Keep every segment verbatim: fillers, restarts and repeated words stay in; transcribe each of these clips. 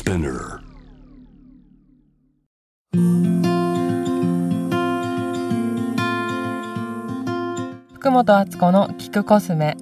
Spinner。 福本敦子の聞くコスメ。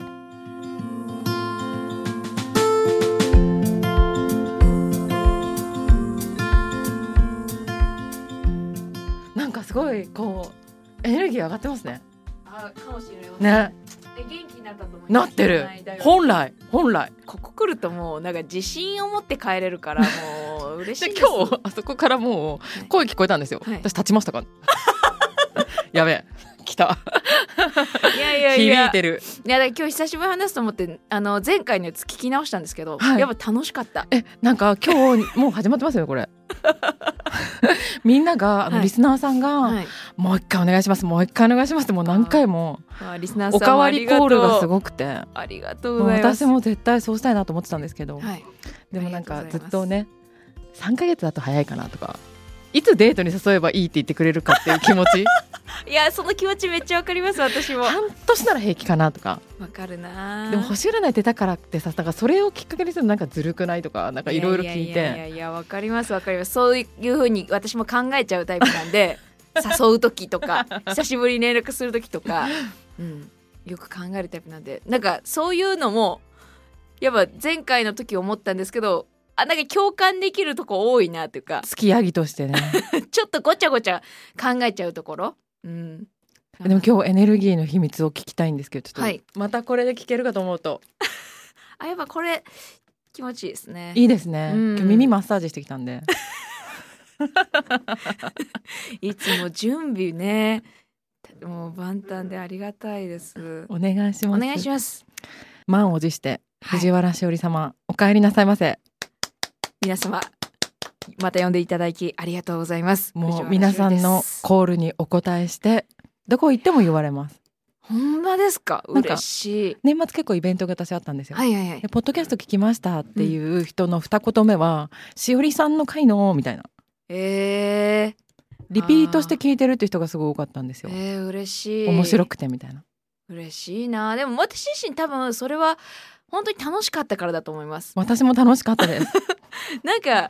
なんかすごいこうエネルギー上がってますね。 あ、かもしれないね、 で元気になったと思います。 なってる。本来本来ここ来るともうなんか自信を持って帰れるからもう嬉しいでです。 今日あそこからもう声聞こえたんですよ、 はい、 私立ちましたかやべえ来たいやいやいや響いてる。 いやだから今日久しぶりに話すと思ってあの前回のやつ聞き直したんですけど、 はい、 やっぱ楽しかった。 えなんか今日もう始まってますよこれみんながあの、はい、リスナーさんが、はい、もう一回お願いしますもう一回お願いしますってもう何回もリスナーさんおかわりコールがすごくてありがとうございます。 私も絶対そうしたいなと思ってたんですけど、 はい、 でもなんかずっとねさんかげつだと早いかなとかいつデートに誘えばいいって言ってくれるかっていう気持ちいやその気持ちめっちゃわかります。私も半年なら平気かなとかわかるな。 でも星占い出たからってさなんかそれをきっかけにするのなんかずるくないとかなんかいろいろ聞いていやいやいやいやわかりますわかります。そういう風に私も考えちゃうタイプなんで誘う時とか久しぶりに連絡する時とか、うん、よく考えるタイプなんでなんかそういうのもやっぱ前回の時思ったんですけどあなんか共感できるとこ多いなというか付き合いとしてねちょっとごちゃごちゃ考えちゃうところ、うん、 でも今日エネルギーの秘密を聞きたいんですけどちょっと、 はい、 またこれで聞けるかと思うとあやっぱこれ気持ちいいですね。 いいですね、うん、今日耳マッサージしてきたんでいつも準備ねもう万端でありがたいです。 お願いします。 お願いします。 満を持して藤原しおり様、はい、お帰りなさいませ。 皆様また呼んでいただきありがとうございます。 もう皆さんのコールにお答えしてどこ行っても言われます。 ほんまですか。嬉しい。 年末結構イベントが私あったんですよ、 はいはいはい、 でポッドキャスト聞きましたっていう人の二言目は、うん、しおりさんの回のみたいな、 えー、 リピートして聞いてるっていう人がすごい多かったんですよ。 えー、嬉しい。 面白くてみたいな。嬉しいな。でも私自身多分それは本当に楽しかったからだと思います。 私も楽しかったですなんか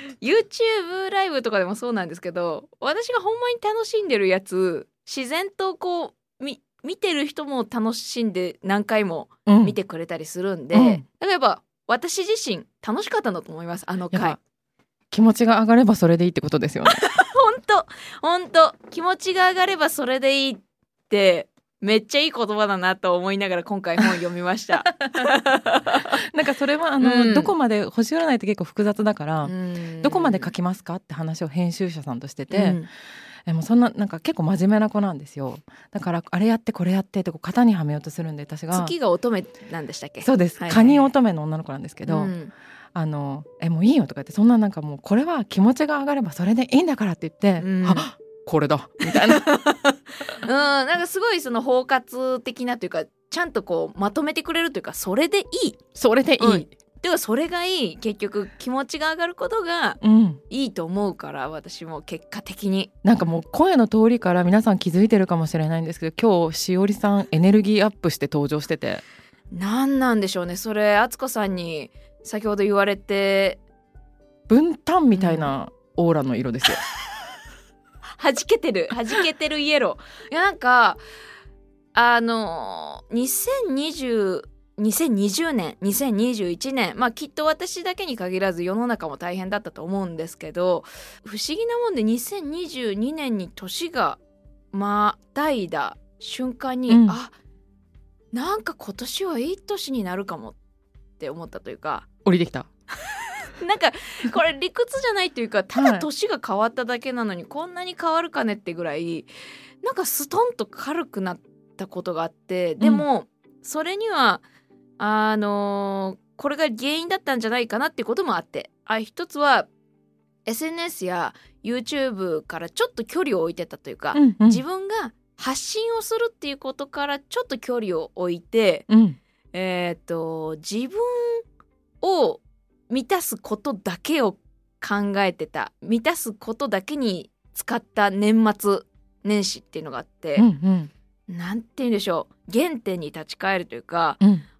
YouTube ライブとかでもそうなんですけど私がほんまに楽しんでるやつ自然とこうみ見てる人も楽しんで何回も見てくれたりするんで、うん、だからやっぱ私自身楽しかったんだと思います。あの回気持ちが上がればそれでいいってことですよね本当本当気持ちが上がればそれでいいってめっちゃいい言葉だなと思いながら今回本読みましたなんかそれはあの、うん、どこまで星占いって結構複雑だから、 うん、 どこまで書きますかって話を編集者さんとしてて、うん、でもそんななんか結構真面目な子なんですよ。だからあれやってこれやってってこう型にはめようとするんで私が月が乙女なんでしたっけ。 そうです、はいはい、カニ乙女の女の子なんですけど、うん、あのえもういいよとか言ってそんななんかもうこれは気持ちが上がればそれでいいんだからって言って、うん、はこれだみたいなうん、なんかすごいその包括的なというかちゃんとこうまとめてくれるというかそれでいいそれでいい、うん、 ではそれがいい結局気持ちが上がることがいいと思うから、うん、私も結果的になんかもう声の通りから皆さん気づいてるかもしれないんですけど今日しおりさんエネルギーアップして登場しててなんなんでしょうねそれ。敦子さんに先ほど言われて分担みたいなオーラの色ですよ、 うん、弾けてる弾けてるイエロー。いやなんかあのにせんにじゅう、にせんにじゅうねんにせんにじゅういちねんまあきっと私だけに限らず世の中も大変だったと思うんですけど不思議なもんでにせんにじゅうにねんに年がまたいだ瞬間に、うん、あなんか今年はいい年になるかもって思ったというか降りてきたなんかこれ理屈じゃないというかただ年が変わっただけなのにこんなに変わるかねってぐらいなんかストンと軽くなったことがあってでも、うん、それにはあのー、これが原因だったんじゃないかなっていうこともあってあ一つは エスエヌエス や YouTube からちょっと距離を置いてたというか、うんうん、自分が発信をするっていうことからちょっと距離を置いて、うん、えーと自分を満たすことだけを考えてた満たすことだけに使った年末年始っていうのがあって、うんうん、なんて言うんでしょう原点に立ち返るというか、うん、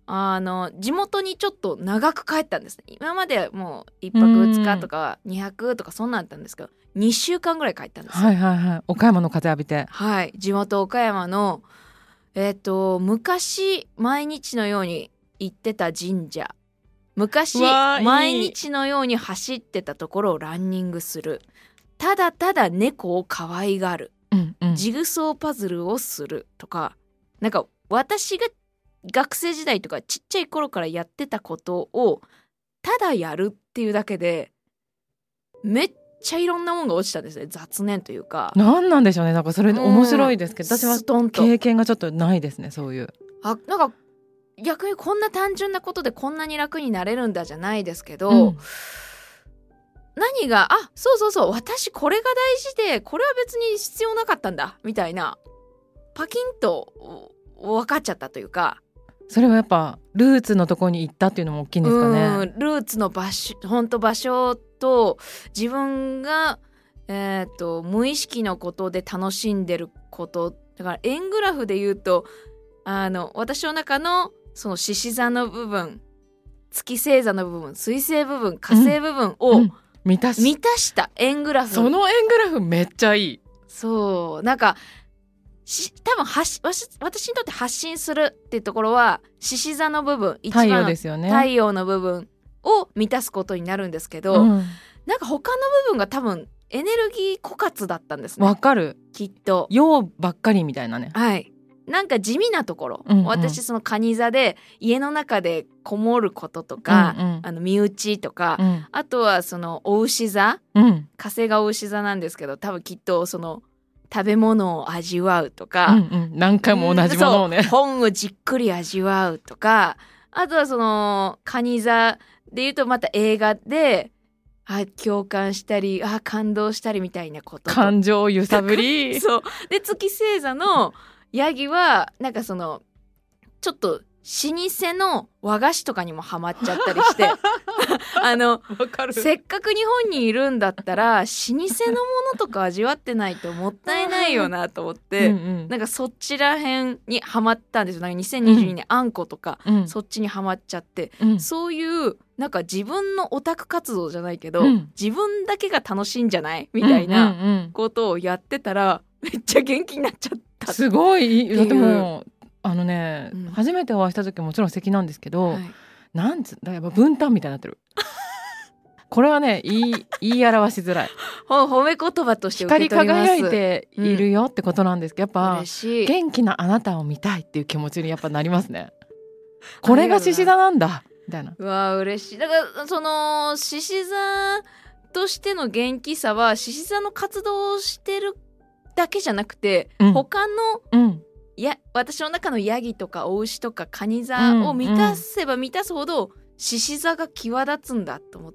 あの地元にちょっと長く帰ったんですね。今までもういっぱくふつかとかにはくとかそんなんあったんですけど、にしゅうかんぐらい帰ったんですよ。 はいはいはい。岡山の風浴びて。 はい、地元岡山のえっと昔毎日のように行ってた神社、昔毎日のように走ってたところをランニングする、ただただ猫を可愛がる、 うんうん、 ジグソーパズルをするとか、なんか私が学生時代とかちっちゃい頃からやってたことをただやるっていうだけでめっちゃいろんなもんが落ちたんですね。雑念というか。 なんなんでしょうね。なんかそれ面白いですけど、私は経験がちょっとないですね。そういう。 あ、なんか逆にこんな単純なことでこんなに楽になれるんだじゃないですけど、うん、何があそうそうそう私これが大事でこれは別に必要なかったんだみたいなパキンと分かっちゃったというか。 それはやっぱルーツのところに行ったっていうのも大きいんですかね。 うん、ルーツの場所、本当場所と自分が、えー、と無意識のことで楽しんでることだから、円グラフで言うとあの私の中のその獅子座の部分、月星座の部分、水星部分、火星部分を、うんうん、満たし、満たした円グラフ。 その円グラフめっちゃいい。 そうなんか多分発私にとって発信するっていうところは獅子座の部分、一番太陽ですよね。 太陽の部分を満たすことになるんですけど、うん、なんか他の部分が多分エネルギー枯渇だったんですね。 わかる。 きっと陽ばっかりみたいなね。 はい。なんか地味なところ、うんうん、私その蟹座で家の中でこもることとか、うんうん、あの身内とか、うん、あとはそのお牛座、うん、火星がお牛座なんですけど、多分きっとその食べ物を味わうとか、 うんうん、何回も同じものをね、 本をじっくり味わうとか、あとはその蟹座でいうとまた映画であ共感したりあ感動したりみたいなこと、 感情を揺さぶりそうで、月星座のヤギはなんかそのちょっと老舗の和菓子とかにもハマっちゃったりしてあのかるせっかく日本にいるんだったら老舗のものとか味わってないともったいないよなと思ってうん、うん、なんかそちら辺にハマったんですよ。なんかにせんにじゅうにねん、うん、あんことか、うん、そっちにハマっちゃって、うん、そういうなんか自分のオタク活動じゃないけど、うん、自分だけが楽しいんじゃないみたいなことをやってたらめっちゃ元気になっちゃった。 すごい。だってもうあのね、うん、初めてお会いした時ももちろん素敵なんですけど、はい、なんつだやっぱ分担みたいになってるこれはね言い, 言い表しづらい褒め言葉として受け取ります。 光り輝いているよってことなんですけど、うん、やっぱ元気なあなたを見たいっていう気持ちにやっぱなりますねこれが獅子座なんだみたいな。 うわ嬉しい。だからその獅子座としての元気さは獅子座の活動をしてるだけじゃなくて、うん、他の、うんいや私の中のヤギとかお牛とか蟹座を満たせば満たすほど獅子座が際立つんだと思って、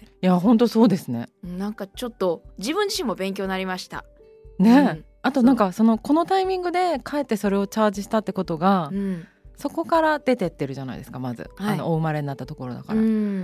いや本当そうですね。 なんかちょっと自分自身も勉強になりましたね、うん、あとなんかそのこのタイミングで帰ってそれをチャージしたってことが、うん、そこから出てってるじゃないですか。まず、はい、あのお生まれになったところだから、うん、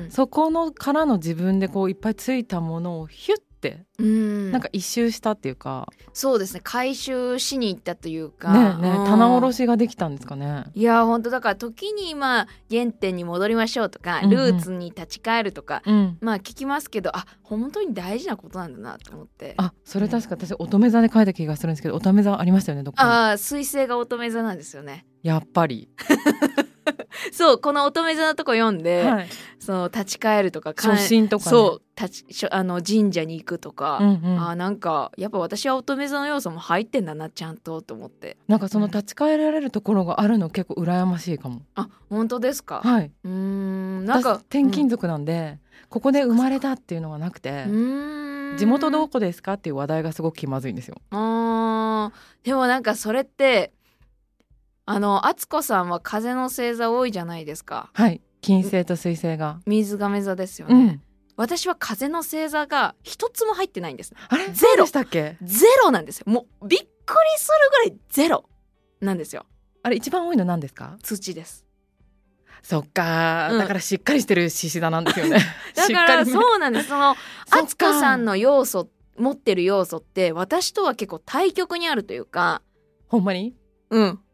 そこのからの自分でこういっぱいついたものをヒュッてうんなんか一周したっていうか、 そうですね、回収しに行ったというかねえねえ、棚卸しができたんですかね。 いや本当だから時にまあ原点に戻りましょうとか、ルーツに立ち返るとか、うんうん、まあ聞きますけど、あ本当に大事なことなんだなと思って。 あそれ確か私乙女座で書いた気がするんですけど、乙女座ありましたよねどこかに。 あ水星が乙女座なんですよねやっぱりそうこの乙女座のとこ読んで、はい、その立ち返るとか初心とか、ね、 そう立ちあの神社に行くとか、うんうん、あなんかやっぱ私は乙女座の要素も入ってんだなちゃんとと思って、 なんかその立ち返られるところがあるの結構羨ましいかも。 あ本当ですか。 はい。 うーんなんか転勤族なんで、うん、ここで生まれたっていうのがなくて、うーん地元どこですかっていう話題がすごく気まずいんですよ。 あでもなんかそれってあの敦子さんは風の星座多いじゃないですか。 はい金星と水星が水亀座ですよね、うん、私は風の星座が一つも入ってないんです。 あれゼロでしたっけ。 ゼロなんですよ。もうびっくりするぐらいゼロなんですよ。 あれ一番多いの何ですか。 土です。 そっか、うん、だからしっかりしてる獅子座なんですよねだからそうなんです。その敦子さんの要素持ってる要素って私とは結構対極にあるというか。 ほんまにうん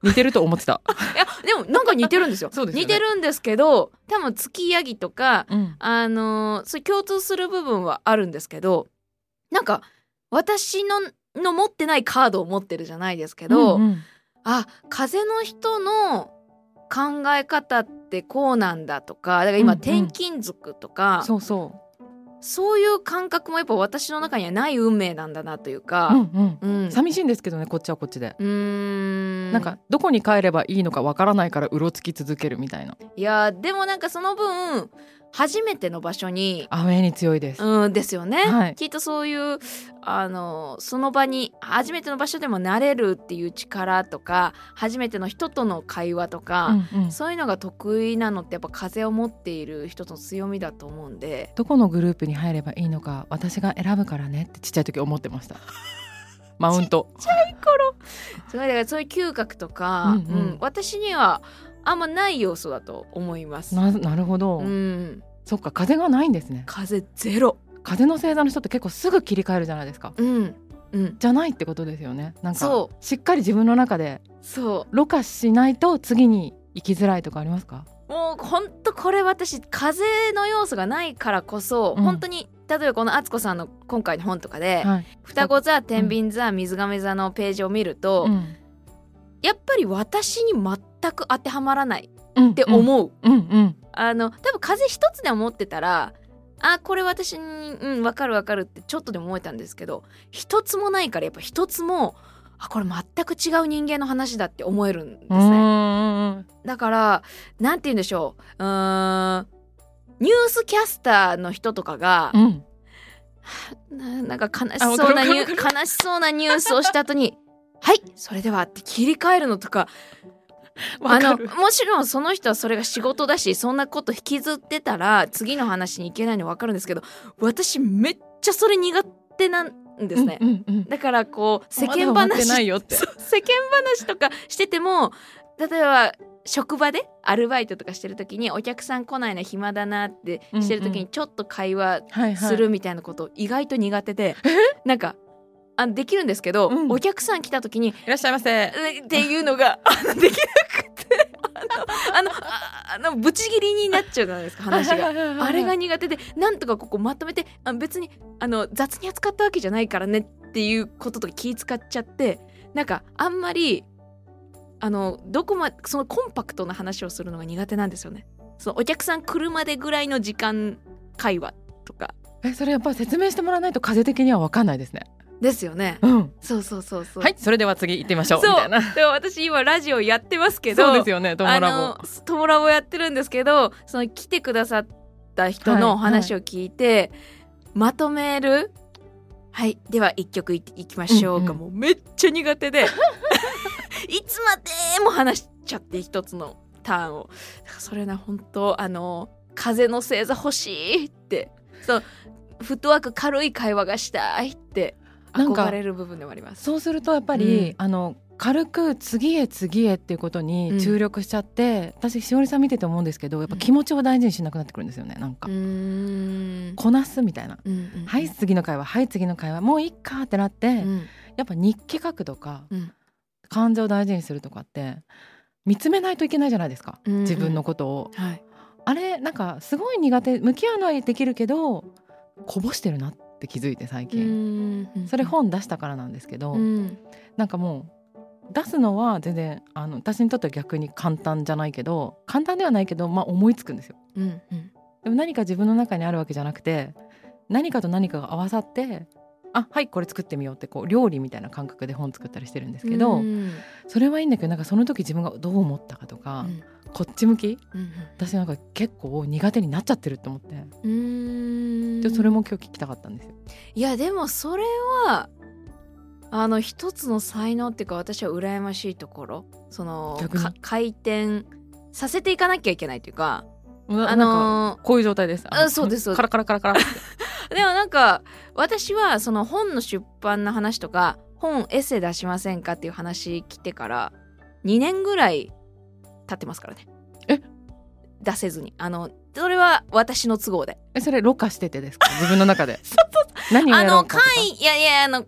似てると思ってたいやでもなんか似てるんですよそうですよね、 似てるんですけど多分月ヤギとか、 うん、 あのそういう共通する部分はあるんですけど、なんか私のの持ってないカードを持ってるじゃないですけど、 うんうん、 あ風の人の考え方ってこうなんだとか、だから今、うんうん、転勤族とかそうそうそういう感覚もやっぱ私の中にはない運命なんだなというか、 うんうんうん、寂しいんですけどね、こっちはこっちで。うーんなんかどこに帰ればいいのかわからないからうろつき続けるみたいな。 いやでもなんかその分初めての場所にアウェーに強いです。 うんですよね、 はい、 きっとそういうあのその場に初めての場所でも慣れるっていう力とか、初めての人との会話とか、うんうん、そういうのが得意なのってやっぱ風を持っている人の強みだと思うんで、 どこのグループに入ればいいのか私が選ぶからねってちっちゃい時思ってましたマウントちっちゃい頃すごい、だからそういう嗅覚とか、うんうんうん、私にはあんまない要素だと思います。 な, なるほど、うん、そっか、風がないんですね。 風ゼロ。 風の星座の人って結構すぐ切り替えるじゃないですか、 うんうん、 じゃないってことですよね。なんかしっかり自分の中でそうろ過しないと次に行きづらいとかありますか？ もうほんとこれ私風の要素がないからこそ、うん、本当に例えばこの敦子さんの今回の本とかで、はい、双子座、天秤座、水亀座のページを見ると、うん、やっぱり私に全く当てはまらないって思う、うんうんうんうん、あの多分風一つで思ってたら、あこれ私に、うん、分かる分かるってちょっとでも思えたんですけど、一つもないからやっぱ一つもあこれ全く違う人間の話だって思えるんですね。だからなんて言うんでしょう、うーんニュースキャスターの人とかが、うん、な, なんか悲しそうなニュ悲しそうなニュースをした後にはいそれではって切り替えるのとかあのもちろんその人はそれが仕事だしそんなこと引きずってたら次の話に行けないの分かるんですけど、私めっちゃそれ苦手なんですね、うんうんうん、だからこう世間話ないよって世間話とかしてても、例えば職場でアルバイトとかしてる時にお客さん来ないな暇だなってしてる時にちょっと会話するみたいなこと意外と苦手で、はいはい、なんかあできるんですけど、うん、お客さん来た時にいらっしゃいませっていうのができなくてあのあのブチギリになっちゃうじゃないですか話があれが苦手で、なんとかここまとめてあ別にあの雑に扱ったわけじゃないからねっていうこととか気使っちゃって、なんかあんまりあのどこまそのコンパクトな話をするのが苦手なんですよね。そのお客さん来るまでぐらいの時間会話とか。 えそれやっぱり説明してもらわないと風的には分かんないですね。 ですよね、 うん、 そうそうそうそう。 はいそれでは次行ってみましょうそうみたいな。 でも私今ラジオやってますけど、 そうですよね、トモラボトモラボやってるんですけど、その来てくださった人の話を聞いて、はいはい、まとめるはいではいっきょくいきましょうか、うんうん、もうめっちゃ苦手でいつまでも話しちゃって一つのターンを、それな本当あの風の星座欲しいってそうフットワーク軽い会話がしたいって憧れる部分でもあります。 そうするとやっぱり、うん、あの軽く次へ次へっていうことに注力しちゃって、うん、私しおりさん見てて思うんですけどやっぱ気持ちを大事にしなくなってくるんですよね。なんかうーんこなすみたいな、うんうんうん、はい次の会話はい次の会話もういっかってなって、うん、やっぱ日記書くとか、うん、感情を大事にするとかって見つめないといけないじゃないですか、うんうん、自分のことを、はい、あれなんかすごい苦手、向き合うのはできるけどこぼしてるなって気づいて最近、うん、それ本出したからなんですけど、うん、なんかもう出すのは全然あの私にとっては逆に簡単じゃないけど簡単ではないけど、まあ、思いつくんですよ、うんうん、でも何か自分の中にあるわけじゃなくて何かと何かが合わさってあはいこれ作ってみようってこう料理みたいな感覚で本作ったりしてるんですけど、うん、それはいいんだけどなんかその時自分がどう思ったかとか、うん、こっち向き、うんうん、私なんか結構苦手になっちゃってるって思って、うーんでそれも今日聞きたかったんですよ。 いやでもそれはあの一つの才能っていうか私は羨ましいところ、その回転させていかなきゃいけないというか、 あのー、こういう状態です。 あそうですそうですカラカラカラカラってでもなんか私はその本の出版の話とか本エッセイ出しませんかっていう話来てからにねんぐらい経ってますからね。 え出せずにあのそれは私の都合で。 えそれろ過しててですか自分の中でそうそう何をやろうかとか。あの簡易いやいやあの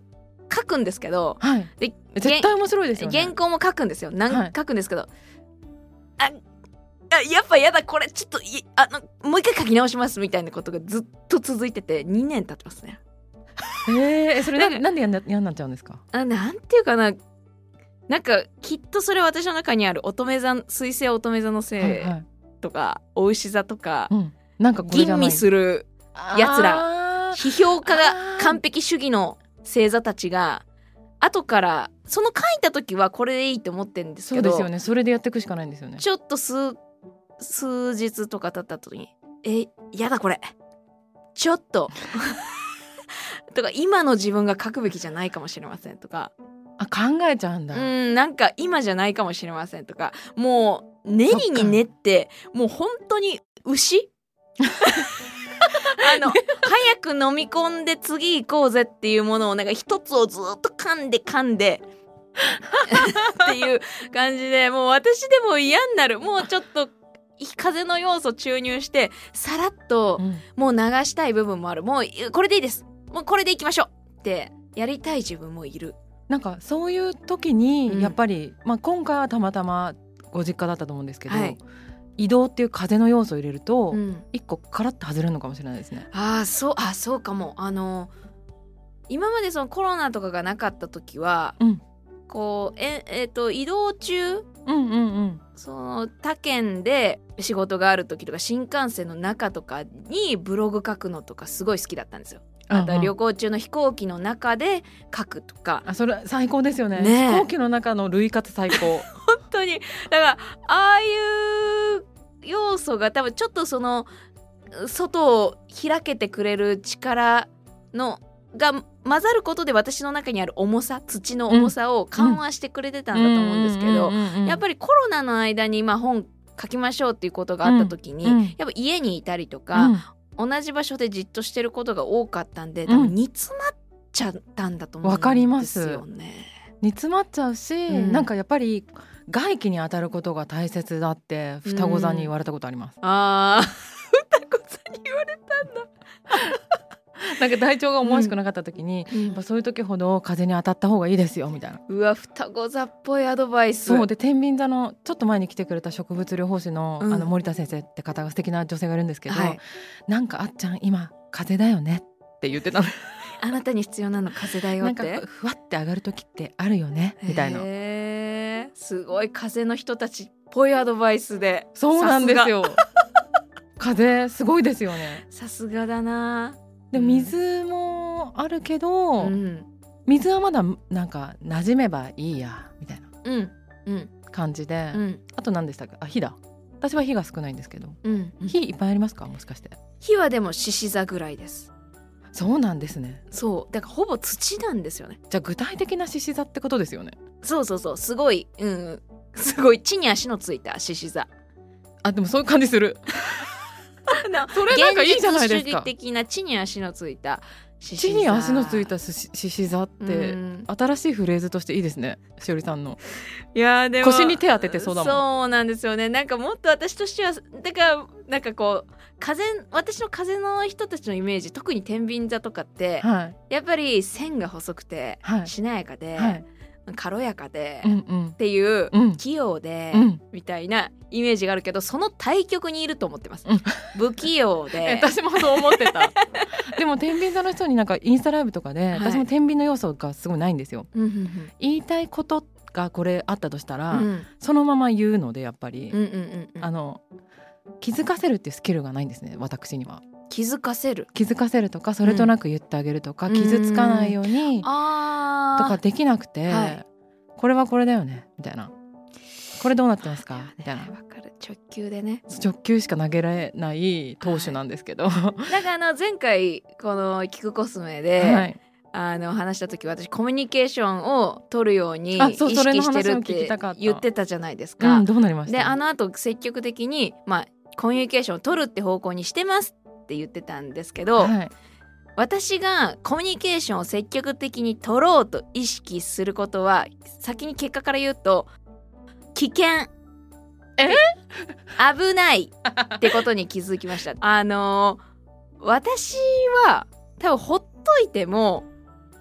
書くんですけど、 はい、で絶対面白いですよね。 原稿も書くんですよ。なん書くんですけど、はい、ああやっぱやだこれちょっといあのもう一回書き直しますみたいなことがずっと続いててにねん経ってますね。 えー、それ な, なんで嫌になっちゃうんですか？ あなんていうかな、なんかきっとそれ私の中にある乙女座水星乙女座のせいとか、はいはい、お牛座とか、うん、なんかこれじゃない吟味するやつら、批評家が完璧主義の星座たちが後からその書いた時はこれでいいと思ってるんですけど、 そうですよね、それでやっていくしかないんですよね。 ちょっと数数日とか経った後にえやだこれちょっととか今の自分が書くべきじゃないかもしれませんとか、 あ考えちゃうんだ。 うんなんか今じゃないかもしれませんとか、もう練りに練ってもう本当に牛あの早く飲み込んで次行こうぜっていうものをなんか一つをずっと噛んで噛んでっていう感じで、もう私でも嫌になる、もうちょっと風の要素注入してさらっともう流したい部分もある、もうこれでいいです、もうこれでいきましょうってやりたい自分もいる。 なんかそういう時にやっぱり、うんまあ、今回はたまたまご実家だったと思うんですけど、はい、移動っていう風の要素を入れると、うん、一個カラッと外れるのかもしれないですね。 あそうあそうかも。あの今までそのコロナとかがなかった時は、うん、こうええー、と移動中、うんうんうん、その他県で仕事がある時とか新幹線の中とかにブログ書くのとかすごい好きだったんですよ。あと旅行中の飛行機の中で書くとか、 あそれ最高ですよ ね, ね飛行機の中の類活最高本当にだからああいう要素が多分ちょっとその外を開けてくれる力のが混ざることで私の中にある重さ、土の重さを緩和してくれてたんだと思うんですけど、やっぱりコロナの間にまあ本書きましょうっていうことがあった時に、うん、やっぱ家にいたりとか、うん、同じ場所でじっとしてることが多かったんで、多分煮詰まっちゃったんだと思うんですよね。わかります。 煮詰まっちゃうし、うん、なんかやっぱり外気に当たることが大切だって双子座に言われたことあります、 うん、あ双子座に言われたんだなんか体調が思わしくなかった時に、うん、そういう時ほど風に当たった方がいいですよみたいな。 うわ双子座っぽいアドバイス。 そうで天秤座のちょっと前に来てくれた植物療法士 の,、うん、あの森田先生って方が素敵な女性がいるんですけど、はい、なんかあっちゃん今風だよねって言ってたのあなたに必要なの風だよって。 なんかふわって上がる時ってあるよねみたいな。 へーすごい風の人たちっぽいアドバイスで。 そうなんですよ風すごいですよね。 さすがだな。 で水もあるけど、うん、水はまだなんか馴染めばいいやみたいな感じで、うんうん、あと何でしたっけ、あ火だ。私は火が少ないんですけど、うんうん、火いっぱいありますかもしかして。 火はでも獅子座ぐらいです。 そうなんですね。 そうだからほぼ土なんですよね。 じゃあ具体的な獅子座ってことですよね。 そうそうそうすごい、うん、すごい地に足のついた獅子座。 あでもそういう感じするそれなんかいいじゃないですか。 現実主義的な地に足のついた獅子座。 地に足のついた獅子座って新しいフレーズとしていいですね、しおりさんの。 いやでも腰に手当ててそうだもん。 そうなんですよね。なんかもっと私としてはだからなんかこう風私の風の人たちのイメージ、特に天秤座とかって、はい、やっぱり線が細くて、はい、しなやかで、はい、軽やかで、うんうん、っていう、うん、器用で、うん、みたいなイメージがあるけど、その対極にいると思ってます、うん、不器用で私もそう思ってたでも天秤座の人になんかインスタライブとかで、はい、私も天秤の要素がすごいないんですよ、うんうんうん、言いたいことがこれあったとしたら、うん、そのまま言うのでやっぱり、うんうんうんうん、あの気づかせるっていうスキルがないんですね、私には。 気づかせる気づかせるとかそれとなく言ってあげるとか、うん、傷つかないようにとかできなくて、はい、これはこれだよねみたいな、これどうなってますかみたいな。 わかる、直球でね、 直球しか投げられない投手なんですけど、はい、なんかあの前回このキクコスメで、はい、あの話した時私コミュニケーションを取るように意識してるって言ってたじゃないですか、 うん、どうなりました？ であの後積極的に、まあ、コミュニケーションを取るって方向にしてますって言ってたんですけど、はい、私がコミュニケーションを積極的に取ろうと意識することは先に結果から言うと危険、 え危ないってことに気づきましたあの私は多分ほっといても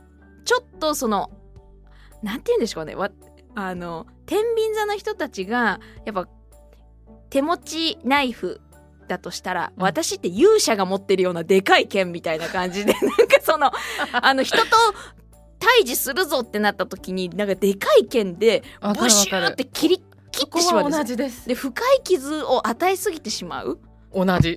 ちょっとそのなんて言うんでしょうね、わあの天秤座の人たちがやっぱ手持ちナイフだとしたら、うん、私って勇者が持ってるようなでかい剣みたいな感じでなんかそのあの人と対峙するぞってなった時になんかでかい剣でブシューって切り切ってしまうんですよ。 同じです。 で深い傷を与えすぎてしまう。 同じ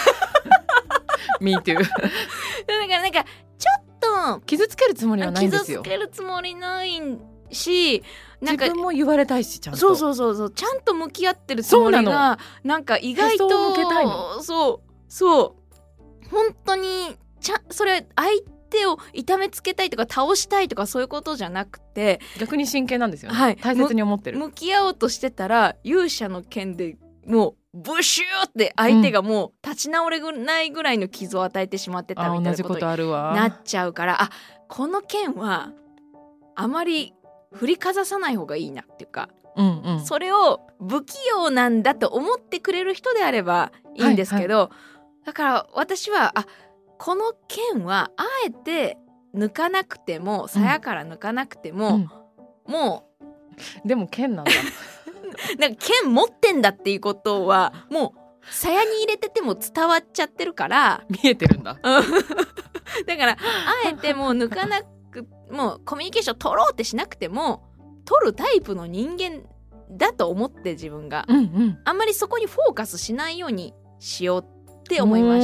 Me too だからなんかちょっと傷つけるつもりはないんですよ。 傷つけるつもりないし、なんか自分も言われたいし、ちゃんとそうそうそうそうちゃんと向き合ってるつもりがなんか意外とそうそう本当にちゃそれ相手を痛めつけたいとか倒したいとかそういうことじゃなくて逆に真剣なんですよね、 はい、 大切に思ってる。 向き合おうとしてたら勇者の剣でもうブシューって相手がもう立ち直れないぐらいの傷を与えてしまってたみたいなことになっちゃうから、あ、この剣はあまり振りかざさない方がいいなっていうか、うんうん、それを不器用なんだと思ってくれる人であればいいんですけど、はいはい、だから私はあこの剣はあえて抜かなくても鞘から抜かなくても、うん、もうでも剣なんだなんか剣持ってんだっていうことはもう鞘に入れてても伝わっちゃってるから見えてるんだだからあえてもう抜かなくもうコミュニケーション取ろうってしなくても取るタイプの人間だと思って自分が、うんうん、あんまりそこにフォーカスしないようにしようって思いました。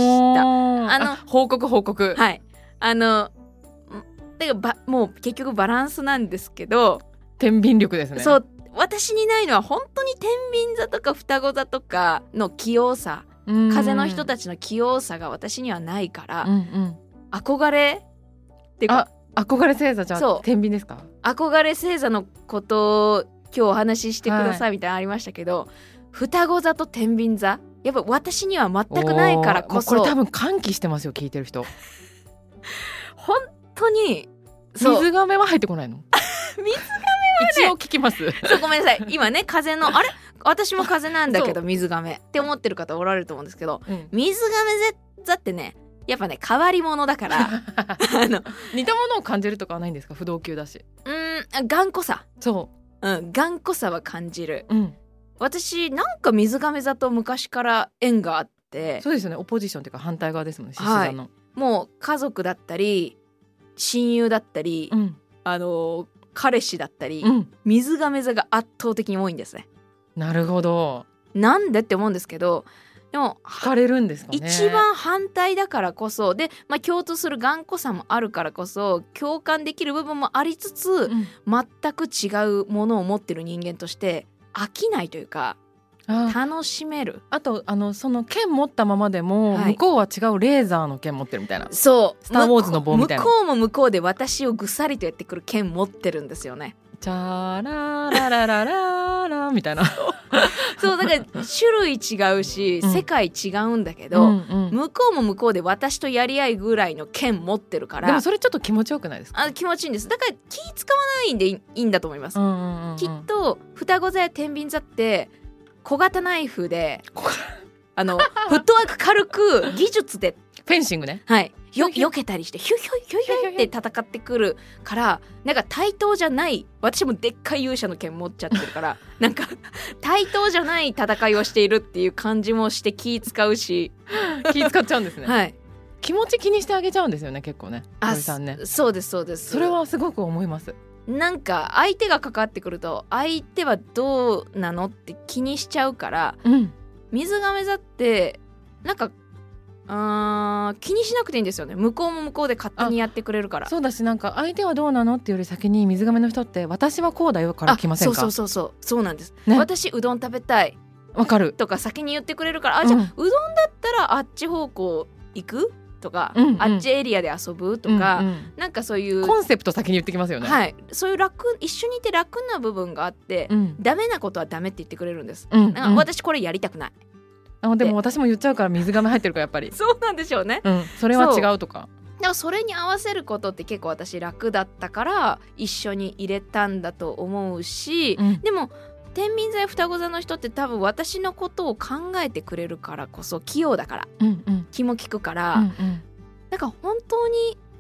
あの報告報告はいあのだからばもう結局バランスなんですけど天秤力ですね。 そう私にないのは本当に天秤座とか双子座とかの器用さ、風の人たちの器用さが私にはないから、うんうん、憧れっていうかあ憧れ星座じゃあ天秤ですか。 憧れ星座のことを今日お話ししてくださいみたいなのありましたけど、はい、双子座と天秤座やっぱ私には全くないからこそこれ多分歓喜してますよ聞いてる人本当に水亀は入ってこないの水亀一応聞きますそうごめんなさい今ね風のあれ私も風なんだけど水亀って思ってる方おられると思うんですけど、うん、水亀座ってねやっぱね変わり者だからあの似たものを感じるとかはないんですか。不動級だしうーん頑固さそう、 うん、頑固さは感じる、うん、私なんか水亀座と昔から縁があってそうですよねオポジションっていうか反対側ですもんね獅子座の、 はい、もう家族だったり親友だったり、うん、あの彼氏だったり、うん、水亀座が圧倒的に多いんですね。 なるほど。 なんでって思うんですけどでも惹かれるんですかね。 一番反対だからこそで、まあ、共通する頑固さもあるからこそ共感できる部分もありつつ、うん、全く違うものを持ってる人間として飽きないというか楽しめる。 あとあのその剣持ったままでも、はい、向こうは違うレーザーの剣持ってるみたいな。 そうスターウォーズの棒みたいな。 向こうも向こうで私をぐさりとやってくる剣持ってるんですよね。 チャララララララみたいなそうだから種類違うし、うん、世界違うんだけど、うんうん、向こうも向こうで私とやり合いぐらいの剣持ってるからでもそれちょっと気持ちよくないですか。 あ気持ちいいんです。だから気使わないんでいいんだと思います、うんうんうん、きっと双子座や天秤座って小型ナイフであのフットワーク軽く技術でフェンシングねはいよ避けたりしてヒュヒュヒュヒュって戦ってくるからなんか対等じゃない私もでっかい勇者の剣持っちゃってるからなんか対等じゃない戦いをしているっていう感じもして気使うし気使っちゃうんですね、 はい、 気持ち気にしてあげちゃうんですよね結構ねあさんね。そうですそうです。 それはすごく思います。 なんか相手が関わってくると相手はどうなのって気にしちゃうから、うん、水亀座ってなんかあ気にしなくていいんですよね。向こうも向こうで勝手にやってくれるから。 そうだしなんか相手はどうなのっていうより先に水亀の人って私はこうだよから来ませんか。 そうそうそうそうそうなんです、ね、私うどん食べたいわかるとか先に言ってくれるからあじゃあ、うん、うどんだったらあっち方向行くとか、うんうん、あっちエリアで遊ぶとか、うんうん、なんかそういうコンセプト先に言ってきますよね。 はいそういう楽一緒にいて楽な部分があって、うん、ダメなことはダメって言ってくれるんです、うんうん、なんか私これやりたくないあでも私も言っちゃうから水亀入ってるからやっぱりそうなんでしょうね、 うん、それは違うとかだからそれに合わせることって結構私楽だったから一緒に入れたんだと思うし、うん、でも天秤座や双子座の人って多分私のことを考えてくれるからこそ器用だから、うんうん、気も利くから、うんうん、なんか本当に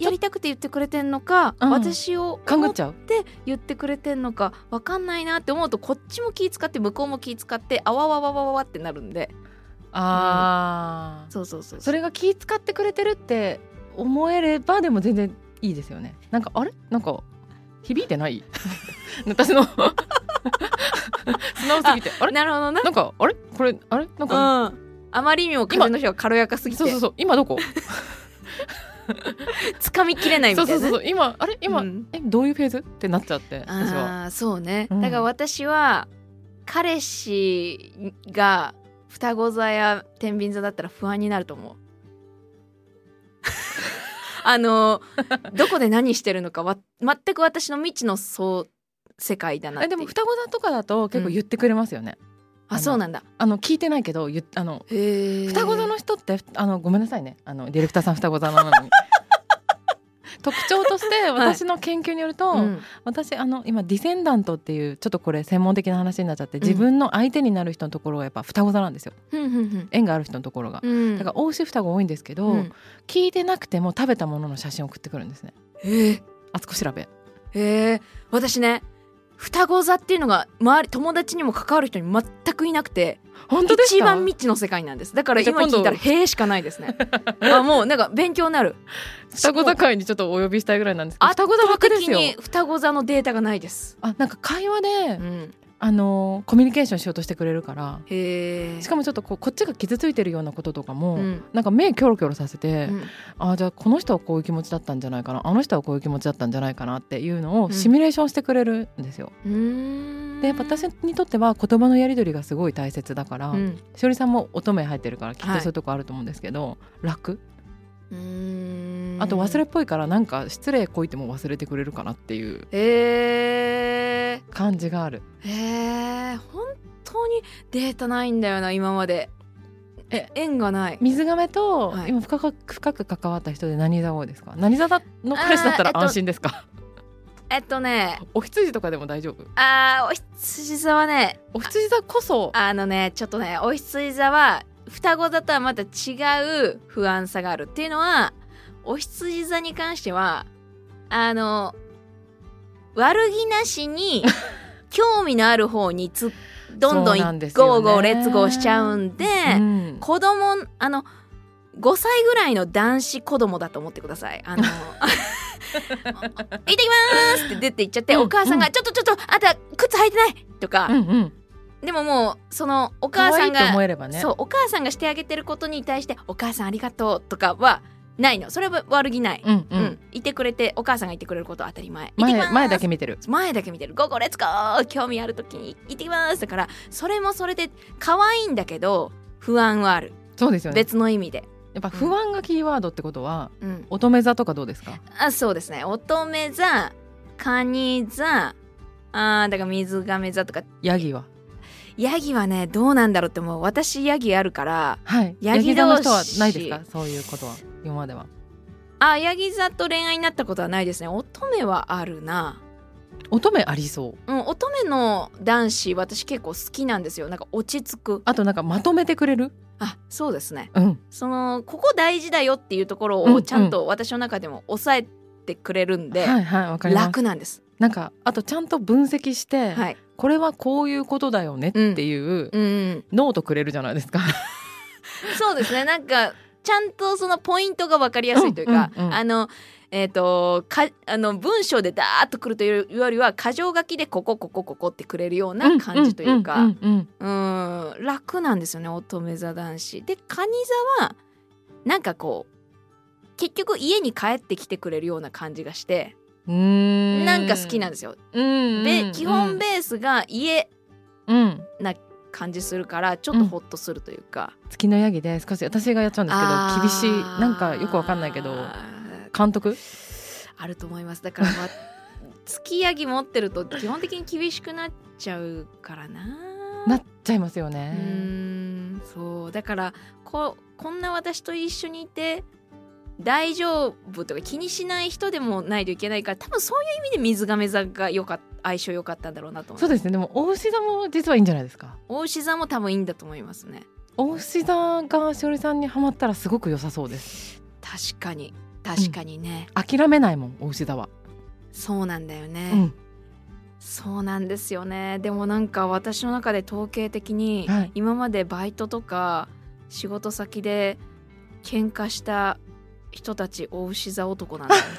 やりたくて言ってくれてんのか、うん、私を思って言ってくれてんのか分かんないなって思うと、こっちも気使って向こうも気使ってあわわわわわわってなるんで、 あ、うん、 そうそうそうそう、 それが気使ってくれてるって思えればでも全然いいですよね。なんかあれなんか響いてない私の素直すぎて あ, あれなるほどな、 なんかあれこれあれなんか、 うん、あまりにも風の日が軽やかすぎて、 そうそうそう今どこ掴みきれないみたいな、ね、 そうそうそう今あれ今、うん、えどういうフェーズってなっちゃって、私は。 あそうね、うん、だから私は彼氏が双子座や天秤座だったら不安になると思うあのどこで何してるのかは全く私の未知のそう世界だなって。 でも双子座とかだと結構言ってくれますよね、 うん、あ, あそうなんだ。 あの聞いてないけど言あの双子座の人ってあのごめんなさいね、あのディレクターさん双子座なのに特徴として私の研究によると、はい、うん、私あの今ディセンダントっていうちょっとこれ専門的な話になっちゃって、自分の相手になる人のところはやっぱ双子座なんですよ、うん、縁がある人のところが、うん、だから大牛双子多いんですけど、うん、聞いてなくても食べたものの写真を送ってくるんですね。 えー、 あつこ調べ。 えー、私ね双子座っていうのが周り友達にも関わる人に全くいなくて、 本当ですか？ 一番未知の世界なんです。だから今聞いたらへーしかないですねあもうなんか勉強になる。 双子座会にちょっとお呼びしたいぐらいなんですけど、双子座枠ですよ。 圧倒的に双子座のデータがないです。 あなんか会話で、うん、あのコミュニケーションしようとしてくれるから、へしかもちょっとこうこっちが傷ついてるようなこととかも、うん、なんか目キョロキョロさせて、うん、あじゃあこの人はこういう気持ちだったんじゃないかな、あの人はこういう気持ちだったんじゃないかなっていうのをシミュレーションしてくれるんですよ、うん、でやっぱ私にとっては言葉のやり取りがすごい大切だから、うん、しおりさんも乙女入ってるからきっとそういうとこあると思うんですけど、はい、楽、うーん、あと忘れっぽいからなんか失礼こいても忘れてくれるかなっていう感じがある。 へー、本当にデータないんだよな今まで。え縁がない。 水亀と、はい、今深く深く関わった人で何座多いですか？何座の彼氏だったら安心ですか？ えっとねお羊とかでも大丈夫？ あーお羊座はね、 お羊座こそあのねちょっとねお羊座は双子座とはまた違う不安さがあるっていうのは、お羊座に関してはあの悪気なしに興味のある方につどんどんゴーゴーレッツゴーしちゃうんで、うん、子供あのごさいぐらいの男子子供だと思ってください。あの行ってきますって出て行っちゃって、うん、お母さんが、うん、ちょっとちょっとあんた靴履いてないとか、うんうん、でももうそのお母さんが可愛いと思えればね、 そうお母さんがしてあげてることに対してお母さんありがとうとかはないの。それは悪気ない、うんうんうん、いてくれてお母さんがいてくれることは当たり前。 前, 前だけ見てる前だけ見てるゴーゴーレッツゴー興味ある時に行ってきますだから、それもそれで可愛いんだけど不安はある。 そうですよね、 別の意味でやっぱ不安がキーワードってことは、うん、乙女座とかどうですか？ あそうですね、乙女座、蟹座、あだから水亀座とか。 ヤギはヤギはねどうなんだろうって思う。私ヤギあるから、 はい、ヤギ座の人はないですか？そういうことは今までは。 あヤギ座と恋愛になったことはないですね。乙女はあるな。 乙女ありそう、 うん、乙女の男子私結構好きなんですよ。なんか落ち着く、 あとなんかまとめてくれる。 あそうですね、 うん、 そのここ大事だよっていうところをちゃんと私の中でも抑えてくれるんで、うんうん、はいはい、わかります。楽なんです。 なんかあとちゃんと分析して、はい、これはこういうことだよねっていう、うんうん、ノートくれるじゃないですかそうですね、なんかちゃんとそのポイントが分かりやすいというか、うんうんうん、あのえーと、かあの文章でダーッとくるというよりは箇条書きでここここここってくれるような感じというか、うん楽なんですよね乙女座男子で。蟹座はなんかこう結局家に帰ってきてくれるような感じがして、うーんなんか好きなんですよ。で基本ベースが家な感じするからちょっとホッとするというか、 うん、月のヤギで少し私がやっちゃうんですけど厳しい、なんかよくわかんないけど監督あると思います。だから、まあ、月ヤギ持ってると基本的に厳しくなっちゃうからななっちゃいますよね。 うーんそうだからここんな私と一緒にいて大丈夫とか気にしない人でもないといけないから、多分そういう意味で水亀座がよかった相性良かったんだろうなと思います。 そうですね。でも大牛座も実はいいんじゃないですか。 大牛座も多分いいんだと思いますね。 大牛座がしおりさんにハマったらすごく良さそうです。 確かに確かにね、 うん、諦めないもんお牛座は。 そうなんだよね、 うん、 そうなんですよね。でもなんか私の中で統計的に、はい、今までバイトとか仕事先で喧嘩した人たちお牛座男なんだよ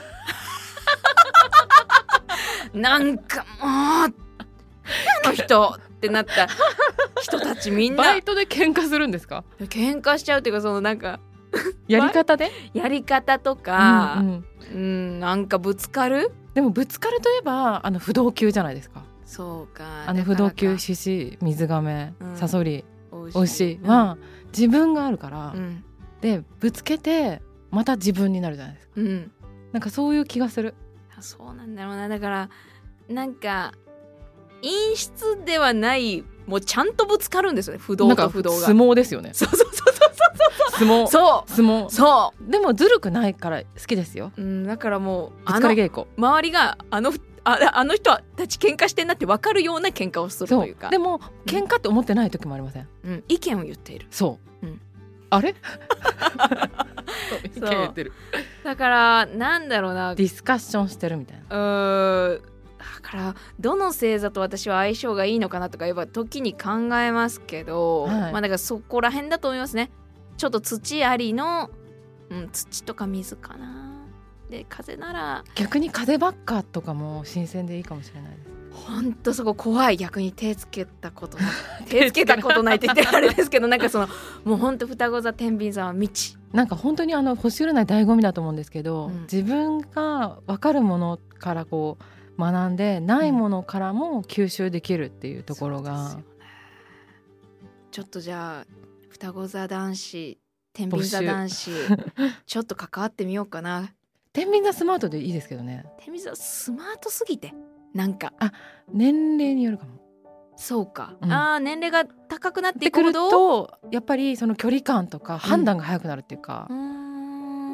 なんかもうあの人ってなった人たちみんなバイトで喧嘩するんですか？ 喧嘩しちゃうっていうか、そのなんかやり方でやり方とか、 うん、 うん、なんかぶつかる。 でもぶつかるといえばあの不動級じゃないですか。 そうか、 あの不動級獅子水亀、うん、サソリお牛は自分があるから、 うん、 でぶつけてまた自分になるじゃないですか、 うん、 なんかそういう気がする。 そうなんだろうな。だからなんか陰湿ではない、もうちゃんとぶつかるんですよね、不動と不動が。 相撲ですよね。 そうそうそうそう相撲そう相撲そうでもずるくないから好きですよ、 うん、だからもうぶつかり稽古、 周りがあのああの人たち喧嘩してんなって分かるような喧嘩をするというか。 でも喧嘩って思ってない時もありません？ うん、意見を言っている。 そう、うん、あれ意見言ってる。 だからなんだろうな、 ディスカッションしてるみたいな。 うーだからどの星座と私は相性がいいのかなとか言えば時に考えますけど、はい、まあだからそこら辺だと思いますね。ちょっと土ありの、うん、土とか水かな。で風なら逆に風ばっかとかも新鮮でいいかもしれないです。 ほんとそこ怖い。逆に手つけたことない手つけたことないって言ってあれですけどなんかそのもうほんと双子座天秤座は未知。 なんか本当にあの星占い醍醐味だと思うんですけど、うん、自分が分かるものからこう学んでないものからも吸収できるっていうところが、うんね、 ちょっとじゃあ双子座男子天秤座男子ちょっと関わってみようかな。 天秤座スマートでいいですけどね。 天秤座スマートすぎてなんかあ年齢によるかも。 そうか、うん、あ年齢が高くなっていくほどとやっぱりその距離感とか判断が早くなるっていうか、 うん、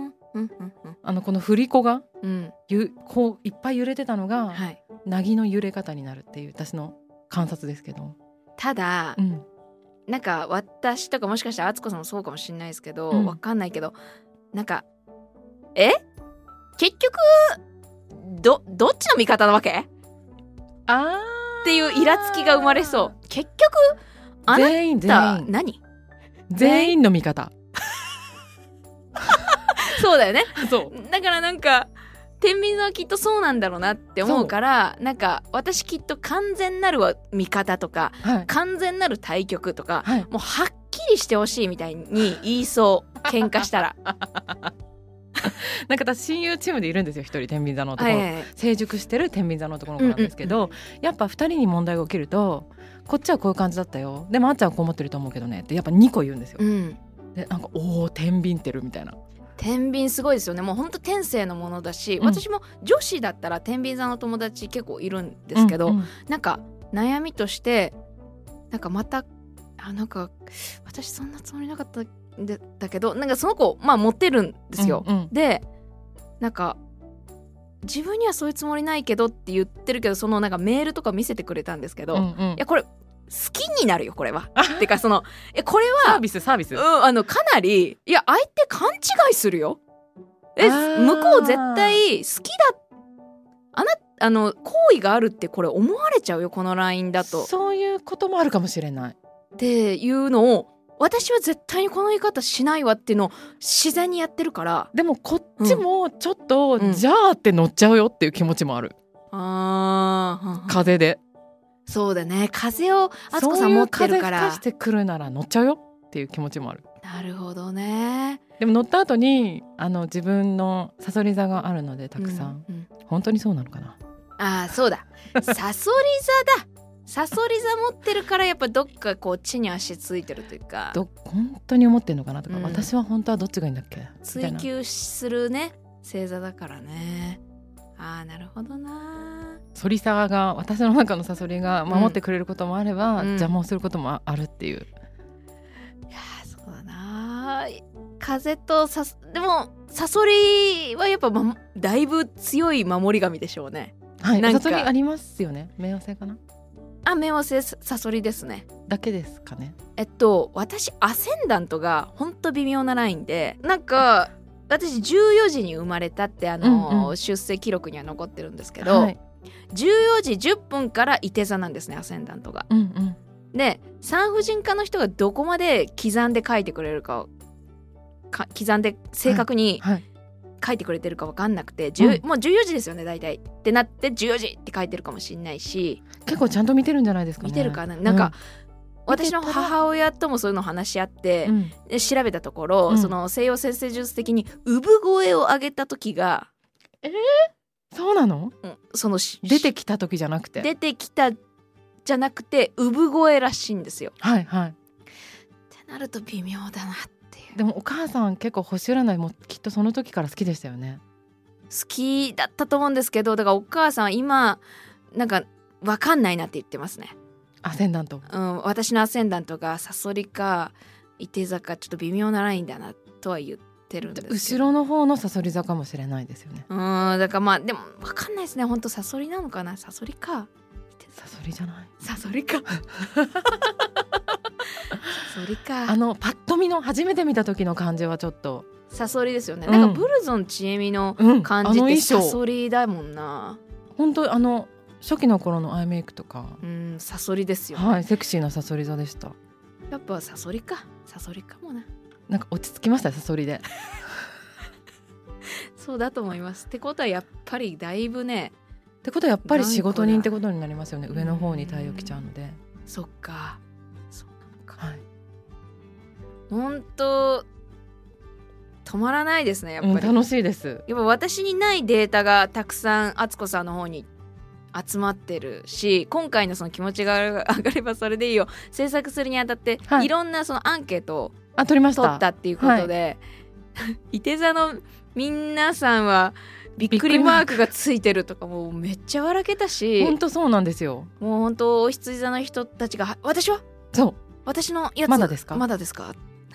うんうんうん、 あのこの振り子が、 うん、 ゆこういっぱい揺れてたのが、 はい、 なぎの揺れ方になるっていう私の観察ですけど。 ただ、 うん、 なんか私とかもしかしたら敦子さんもそうかもしれないですけど、うん、わかんないけどなんかえ結局どどっちの味方なわけあっていうイラつきが生まれそう。結局あなた全員全員何全員の味方そうだよね。 そうだからなんか天秤座はきっとそうなんだろうなって思うから、なんか私きっと完全なる味方とか、はい、完全なる対局とか、はい、もうはっきりしてほしいみたいに言いそう喧嘩したらなんか私親友チームでいるんですよ、一人天秤座の男の子、はいはい、成熟してる天秤座の男の子なんですけど、うんうんうん、やっぱふたりに問題が起きるとこっちはこういう感じだったよ、でもあっちゃんはこう思ってると思うけどねってやっぱにこ言うんですよ、 うん、 でなんかおー天秤ってるみたいな。 天秤すごいですよね。もうほんと天性のものだし、うん、私も女子だったら天秤座の友達結構いるんですけど、うんうん、なんか悩みとしてなんかまたあなんか私そんなつもりなかったでだけどなんかその子まあ持ってるんですよ、うんうん、でなんか自分にはそういうつもりないけどって言ってるけど、そのなんかメールとか見せてくれたんですけど、うんうん、いやこれ好きになるよこれはてかそのえこれはサービスサービス、 うん、あのかなりいや相手勘違いするよ。え向こう絶対好きだあなあの好意があるってこれ思われちゃうよこの ライン だと。 そういうこともあるかもしれないっていうのを私は絶対にこの言い方しないわっていうのを自然にやってるから。 でもこっちもちょっと、うん、じゃあって乗っちゃうよっていう気持ちもある、 うん、あ風で。 そうだね、風を敦子さん持ってるから、 そういう風吹かしてくるなら乗っちゃうよっていう気持ちもある。 なるほどね。 でも乗った後にあの自分のさそり座があるのでたくさん、うんうん、本当にそうなのかな。 ああそうださそり座ださそり座持ってるからやっぱどっかこう地に足ついてるというか、 ど本当に思ってんのかなとか、うん、私は本当はどっちがいいんだっけ追求するね星座だからね。ああなるほどな。 そりさが私の中のさそりが守ってくれることもあれば、うん、邪魔をすることもあるっていう。いやそうだな。風とさでもさそりはやっぱ、ま、だいぶ強い守り神でしょうね。 はい、さそりありますよね。冥王星かな。 あ、冥王星さそりですね。 だけですかね。 えっと私アセンダントがほんと微妙なラインで、なんか私じゅうよじに生まれたってあの、うんうん、出生記録には残ってるんですけど、はい、じゅうよじじゅっぷんからいて座なんですね、アセンダントが、うんうん、で産婦人科の人がどこまで刻んで書いてくれるかをか刻んで正確に書いてくれてるか分かんなくて、はいはい、もうじゅうよじですよね大体ってなってじゅうよじって書いてるかもしれないし、 結構ちゃんと見てるんじゃないですかね。 見てるかな、なんか、うん、私の母親ともそういうの話し合って、うん、調べたところ、うん、その西洋占星術的に産声を上げた時が、 えー、そうなの、 うん、その出てきた時じゃなくて出てきたじゃなくて産声らしいんですよ。 はいはい。 ってなると微妙だなっていう。 でもお母さん結構星占いもきっとその時から好きでしたよね。 好きだったと思うんですけど、だからお母さんは今なんか分かんないなって言ってますね。 アセンダント、 うん、私のアセンダントがサソリかいて座かちょっと微妙なラインだなとは言ってるんですけど、 後ろの方のサソリ座かもしれないですよね。 うん、だからまあでも分かんないですね。本当サソリなのかな、サソリかサソリじゃない、 サソリかサソリか。 あのパッと見の初めて見た時の感じはちょっとサソリですよね、うん、なんかブルゾンちえみの感じってサソリだもんな、 うん、本当あの初期の頃のアイメイクとか、 うん、サソリですよね。 はい、セクシーなサソリ座でした。 やっぱサソリか、サソリかもな。 なんか落ち着きましたサソリでそうだと思います。ってことはやっぱりだいぶね、 ってことはやっぱり仕事人ってことになりますよね。上の方に太陽来ちゃうので。 そっか、そうなのか。 はい。 本当止まらないですねやっぱり、うん、 楽しいです。 やっぱ私にないデータがたくさん敦子さんの方に集まってるし、今回のその気持ちが上がればそれでいいよ制作するにあたって、はい、いろんなそのアンケートを取ったっていうことで、いて座の皆さんはびっくりマークがついてるとかもうめっちゃ笑けたし、 本当そうなんですよ。 もう本当お羊座の人たちが私はそう私のやつまだですかまだですか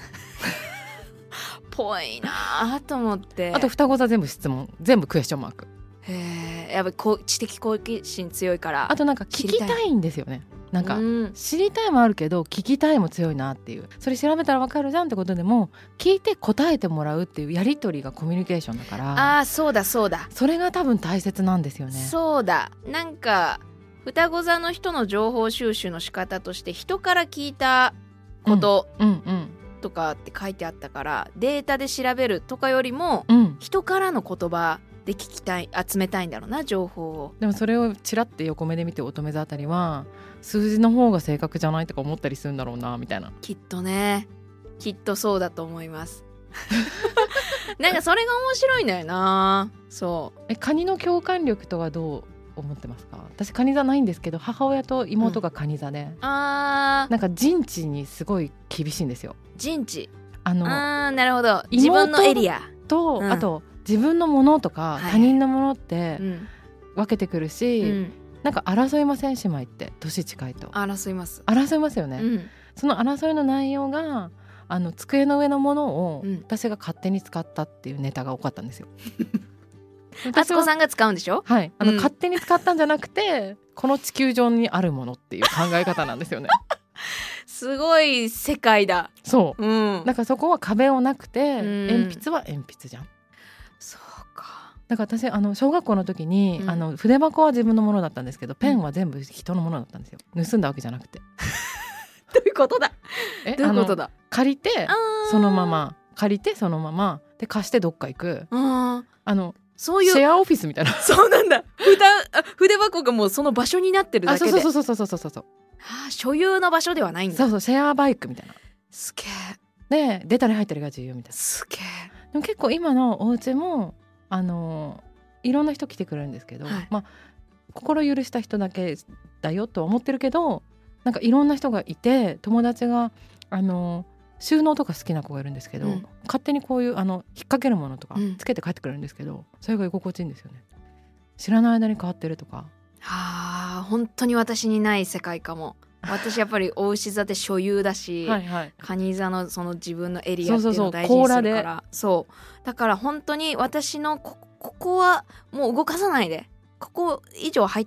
ぽいなと思って。 あと双子座全部質問、全部クエスチョンマーク。 へえ、やっぱり知的好奇心強いから。 あとなんか聞きたいんですよね。なんか知りたいもあるけど聞きたいも強いなっていう、それ調べたら分かるじゃんってことでも聞いて答えてもらうっていうやり取りがコミュニケーションだから。 あーそうだそうだ、 それが多分大切なんですよね。 そうだ、なんか双子座の人の情報収集の仕方として人から聞いたこと、うんうんうんとかって書いてあったから、データで調べるとかよりも、うん、人からの言葉で聞きたい、集めたいんだろうな情報を。 でもそれをチラッて横目で見て乙女座あたりは数字の方が正確じゃないとか思ったりするんだろうなみたいな。 きっとね、きっとそうだと思いますなんかそれが面白いんだよな。そうえ、カニの共感力とはどう思ってますか？私カニ座ないんですけど母親と妹がカニ座で、うん、あなんか人知にすごい厳しいんですよ。 人知、 あのあなるほど、自分のエリアと、うん、あと自分のものとか、はい、他人のものって分けてくるし、うん、なんか争いません？姉妹って年近いと争います争いますよね、うん、その争いの内容があの机の上のものを私が勝手に使ったっていうネタが多かったんですよあつこさんが使うんでしょ？ はい、あの、うん、勝手に使ったんじゃなくてこの地球上にあるものっていう考え方なんですよねすごい世界だ。 そう、うん、だからそこは壁をなくて、うん、鉛筆は鉛筆じゃん。 そうか。 だから私あの小学校の時に、うん、あの筆箱は自分のものだったんですけどペンは全部人のものだったんですよ。盗んだわけじゃなくてどういうことだえどういうことだ。 借りてそのまま借りてそのままで貸してどっか行く、ああのそういうシェアオフィスみたいな。 そうなんだ。筆、筆箱がもうその場所になってるだけで。 あ、そうそうそうそうそうそうそう。 はあ、所有の場所ではないんだ。 そうそう、シェアバイクみたいな。 すげえ。で出たり入ったりが自由みたいな。 すげえ。 でも結構今のお家もあのいろんな人来てくれるんですけど、はい、まあ心許した人だけだよとは思ってるけど、なんかいろんな人がいて友達があの収納とか好きな子がいるんですけど、うん、勝手にこういうあの引っ掛けるものとかつけて帰ってくれるんですけど、うん、それが居心地いいんですよね。知らない間に変わってるとか。 はあ、本当に私にない世界かも。私やっぱりお牛座って所有だしはい、はい、蟹座のその自分のエリアっていうのを大事にするから、そうだから本当に私の こ, ここはもう動かさないで、ここ以上入って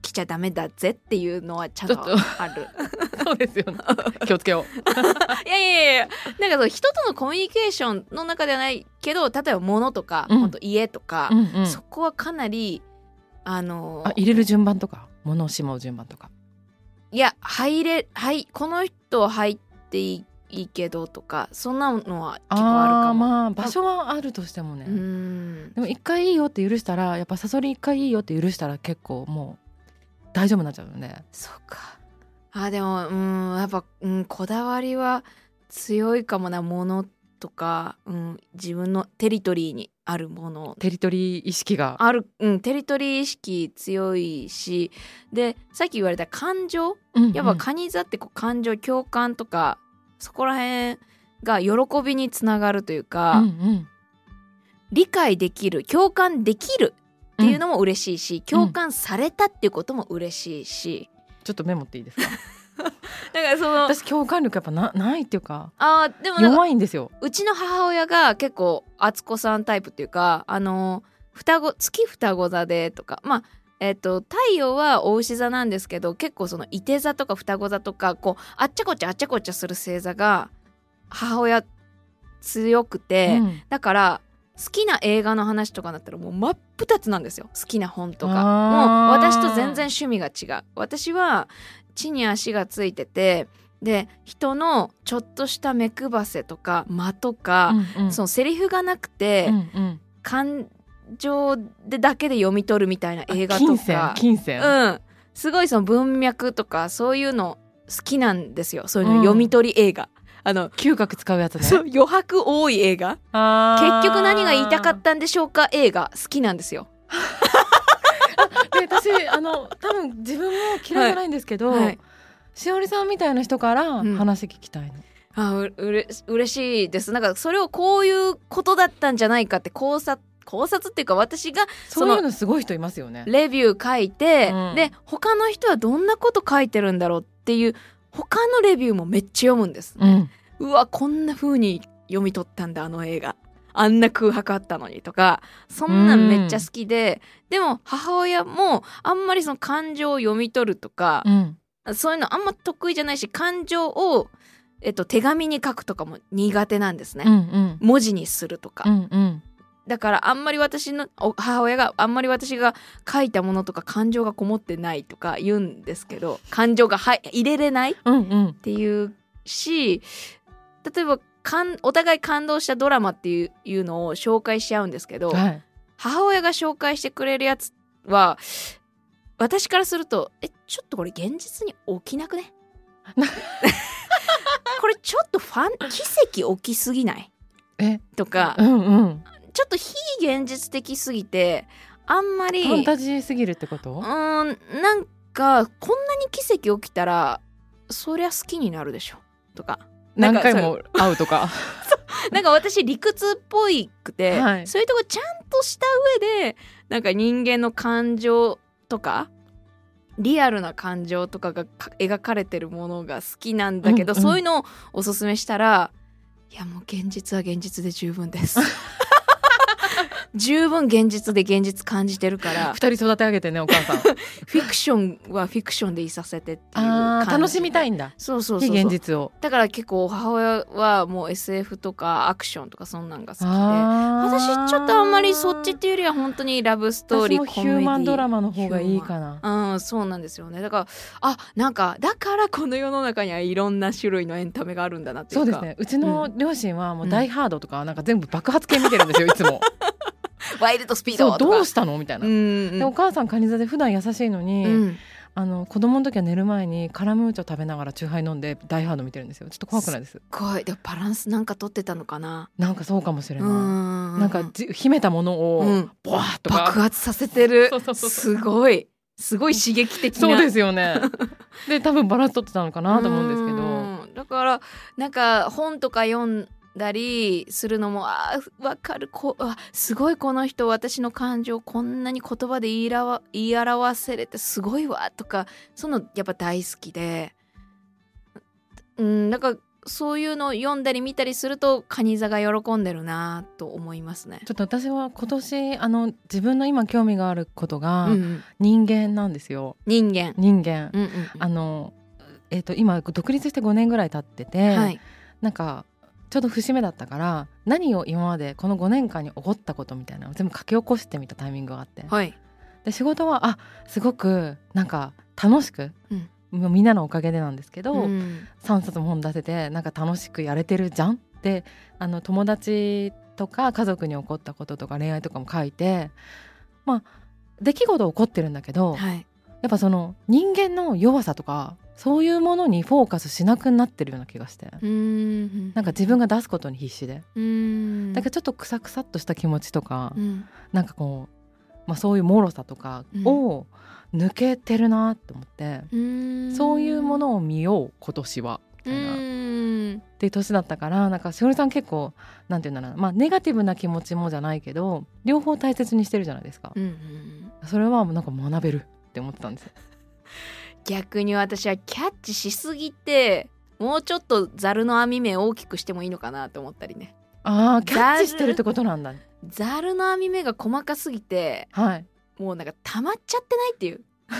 来ちゃダメだぜっていうのはちゃんとあるそうですよね気をつけよういやいやいやなんかそう人とのコミュニケーションの中ではないけど例えば物とか、うん、ほんと家とか、うんうん、そこはかなりあのあ入れる順番とか物をしまう順番とかいや入れはいこの人入っていいいいけどとかそんなのは結構あるかも。 あまあ場所はあるとしてもねうんでも一回いいよって許したらやっぱサソリ一回いいよって許したら結構もう大丈夫になっちゃうよね。 そうかあでもうんやっぱ、うん、こだわりは強いかもなものとか、うん、自分のテリトリーにあるものテリトリー意識がある、うん、テリトリー意識強いしでさっき言われた感情、うんうん、やっぱ蟹座ってこう感情共感とかそこら辺が喜びにつながるというか、うんうん、理解できる共感できるっていうのも嬉しいし、うん、共感されたっていうことも嬉しいし、うん、 ちょっとメモっていいですかだからその私共感力やっぱ な, ないっていうかあでも弱いんですよ。 うちの母親が結構敦子さんタイプっていうかあの双子月双子座でとかまあえー、と太陽は牡牛座なんですけど結構その射手座とか双子座とかこうあっちゃこっちゃあっちゃこっちゃする星座が母親強くて、うん、だから好きな映画の話とかだったらもう真っ二つなんですよ。好きな本とかもう私と全然趣味が違う。私は地に足がついててで人のちょっとした目くばせとか間とか、うんうん、そのセリフがなくて、うんうん、感情でだけで読み取るみたいな映画とか金銭、 うん、すごいその文脈とかそういうの好きなんですよ。そういうの読み取り映画、 うん、あの嗅覚使うやつね。 そう余白多い映画結局何が言いたかったんでしょうか映画好きなんですよで私あの多分自分も嫌いじゃないんですけど、はいはい、しおりさんみたいな人から話聞きたいの、 うん、あううれ嬉しいです。なんかそれをこういうことだったんじゃないかって考察考察っていうか私がそういうのすごい人いますよね。 レビュー書いて、うん、で他の人はどんなこと書いてるんだろうっていう他のレビューもめっちゃ読むんです、ねうん、うわこんな風に読み取ったんだあの映画あんな空白あったのにとかそんなんめっちゃ好きで、うん、でも母親もあんまりその感情を読み取るとか、うん、そういうのあんま得意じゃないし感情を、えっと、手紙に書くとかも苦手なんですね、うんうん、文字にするとか、うんうんだからあんまり私の母親があんまり私が書いたものとか感情がこもってないとか言うんですけど感情がは入れれないっていうし、例えばかんお互い感動したドラマっていう、いうのを紹介し合うんですけど、はい、母親が紹介してくれるやつは私からするとえちょっとこれ現実に起きなくねこれちょっとファン奇跡起きすぎないえとか、 うんうんちょっと非現実的すぎてあんまりファンタジーすぎるってこと？ うーんなんかこんなに奇跡起きたらそりゃ好きになるでしょとか何回も会うとかなんか私理屈っぽいくて、はい、そういうとこちゃんとした上でなんか人間の感情とかリアルな感情とかが描かれてるものが好きなんだけど、うんうん、そういうのをおすすめしたらいやもう現実は現実で十分です十分現実で現実感じてるから二人育て上げてねお母さんフィクションはフィクションでいさせてっていう感じで楽しみたいんだ。 そうそうそうそう現実をだから結構母親はもう エスエフ とかアクションとかそんなんが好きで私ちょっとあんまりそっちっていうよりは本当にラブストーリーコメディ私もヒューマンドラマの方がいいかな。 うんそうなんですよね。だからあなんかだからこの世の中にはいろんな種類のエンタメがあるんだなっていうか。 そうですねうちの両親はもうダイハードとかなんか全部爆発系見てるんですよいつもワイルドスピードとかそうどうしたのみたいな、うんうん、でお母さんカニ座で普段優しいのに、うん、あの子供の時は寝る前にカラムーチョ食べながらチューハイ飲んでダイハード見てるんですよ。ちょっと怖くないです？すごいでもバランスなんか取ってたのかな。 なんかそうかもしれない。んなんかじ秘めたものをボワーッとか、 うん、爆発させてるそうそうそうそうすごいすごい刺激的なそうですよねで多分バランス取ってたのかなと思うんですけどだからなんか本とか読んだりするのもあ分かるこあすごいこの人私の感情こんなに言葉で言いらわ言い表せれてすごいわとかそのやっぱ大好きでうんなんかそういうのを読んだり見たりすると蟹座が喜んでるなと思いますね。 ちょっと私は今年あの自分の今興味があることがうんうん、 人間なんですよ。 人間人間、 うんうんうん、 あの、えーと、今独立してごねんぐらい経ってて、 はい、 なんかちょうど節目だったから何を今までこのごねんかんに起こったことみたいなのを全部書き起こしてみたタイミングがあって、 はい、 で仕事はあすごくなんか楽しく、 うんもうみんなのおかげでなんですけど、 うん、 さんさつも本出せてなんか楽しくやれてるじゃんってあの友達とか家族に起こったこととか恋愛とかも書いて、まあ出来事起こってるんだけど、 はい、 やっぱその人間の弱さとかそういうものにフォーカスしなくなってるような気がして、 うーん、 なんか自分が出すことに必死で、 うーん、 だからちょっとクサクサっとした気持ちとか、 うん、 なんかこう、まあ、そういう脆さとかを抜けてるなと思って、 うん、 そういうものを見よう今年はみたいなっていう年だったから、なんかしおりさん結構なんていうんだろうな、まあ、ネガティブな気持ちもじゃないけど両方大切にしてるじゃないですか、 うんうん、 それはなんか学べるって思ってたんですよ。 逆に私はキャッチしすぎてもうちょっとザルの網目を大きくしてもいいのかなと思ったりね。 あーキャッチしてるってことなんだ。 ザルの網目が細かすぎて、 はい、 もうなんか溜まっちゃってないっていう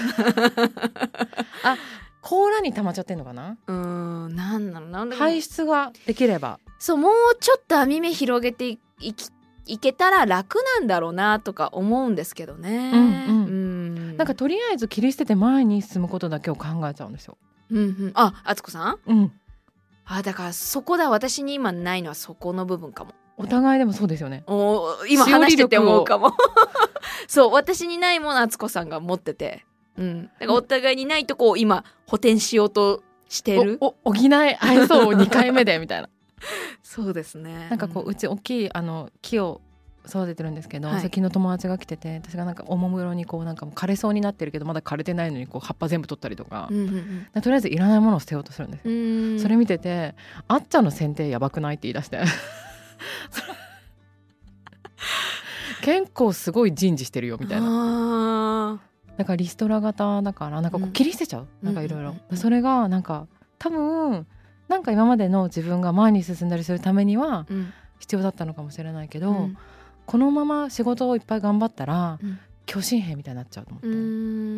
あ甲羅に溜まっちゃってんのかな。 うーん、なんなのなんだろう、 排出ができれば、 そうもうちょっと網目広げていきいけたら楽なんだろうなとか思うんですけどね。 うんうんうん、 なんかとりあえず切り捨てて前に進むことだけを考えちゃうんですよ。 うんうん、あ、あつこさん、 うん、 あ、だからそこだ、私に今ないのはそこの部分かも。 お互いでもそうですよね。 お今話してて思うかもそう、私にないものあつこさんが持ってて、うん、だからお互いにないとこを今補填しようとしてる、 おお補い合えそうにかいめでみたいなそうですね。 なんかこううち大きいあの木を育ててるんですけど、はい、昨日友達が来てて、私がなんかおもむろにこうなんかもう枯れそうになってるけどまだ枯れてないのにこう葉っぱ全部取ったりとか、うんうんうん、とりあえずいらないものを捨てようとするんですよ。うん、それ見ててあっちゃんの剪定やばくないって言い出して結構すごい人事してるよみたいな。だからリストラ型だからなんかこう切り捨てちゃう、うん、なんかいろいろそれがなんか多分なんか今までの自分が前に進んだりするためには必要だったのかもしれないけど、うん、このまま仕事をいっぱい頑張ったら、うん、巨神兵みたいになっちゃうと思って、うん、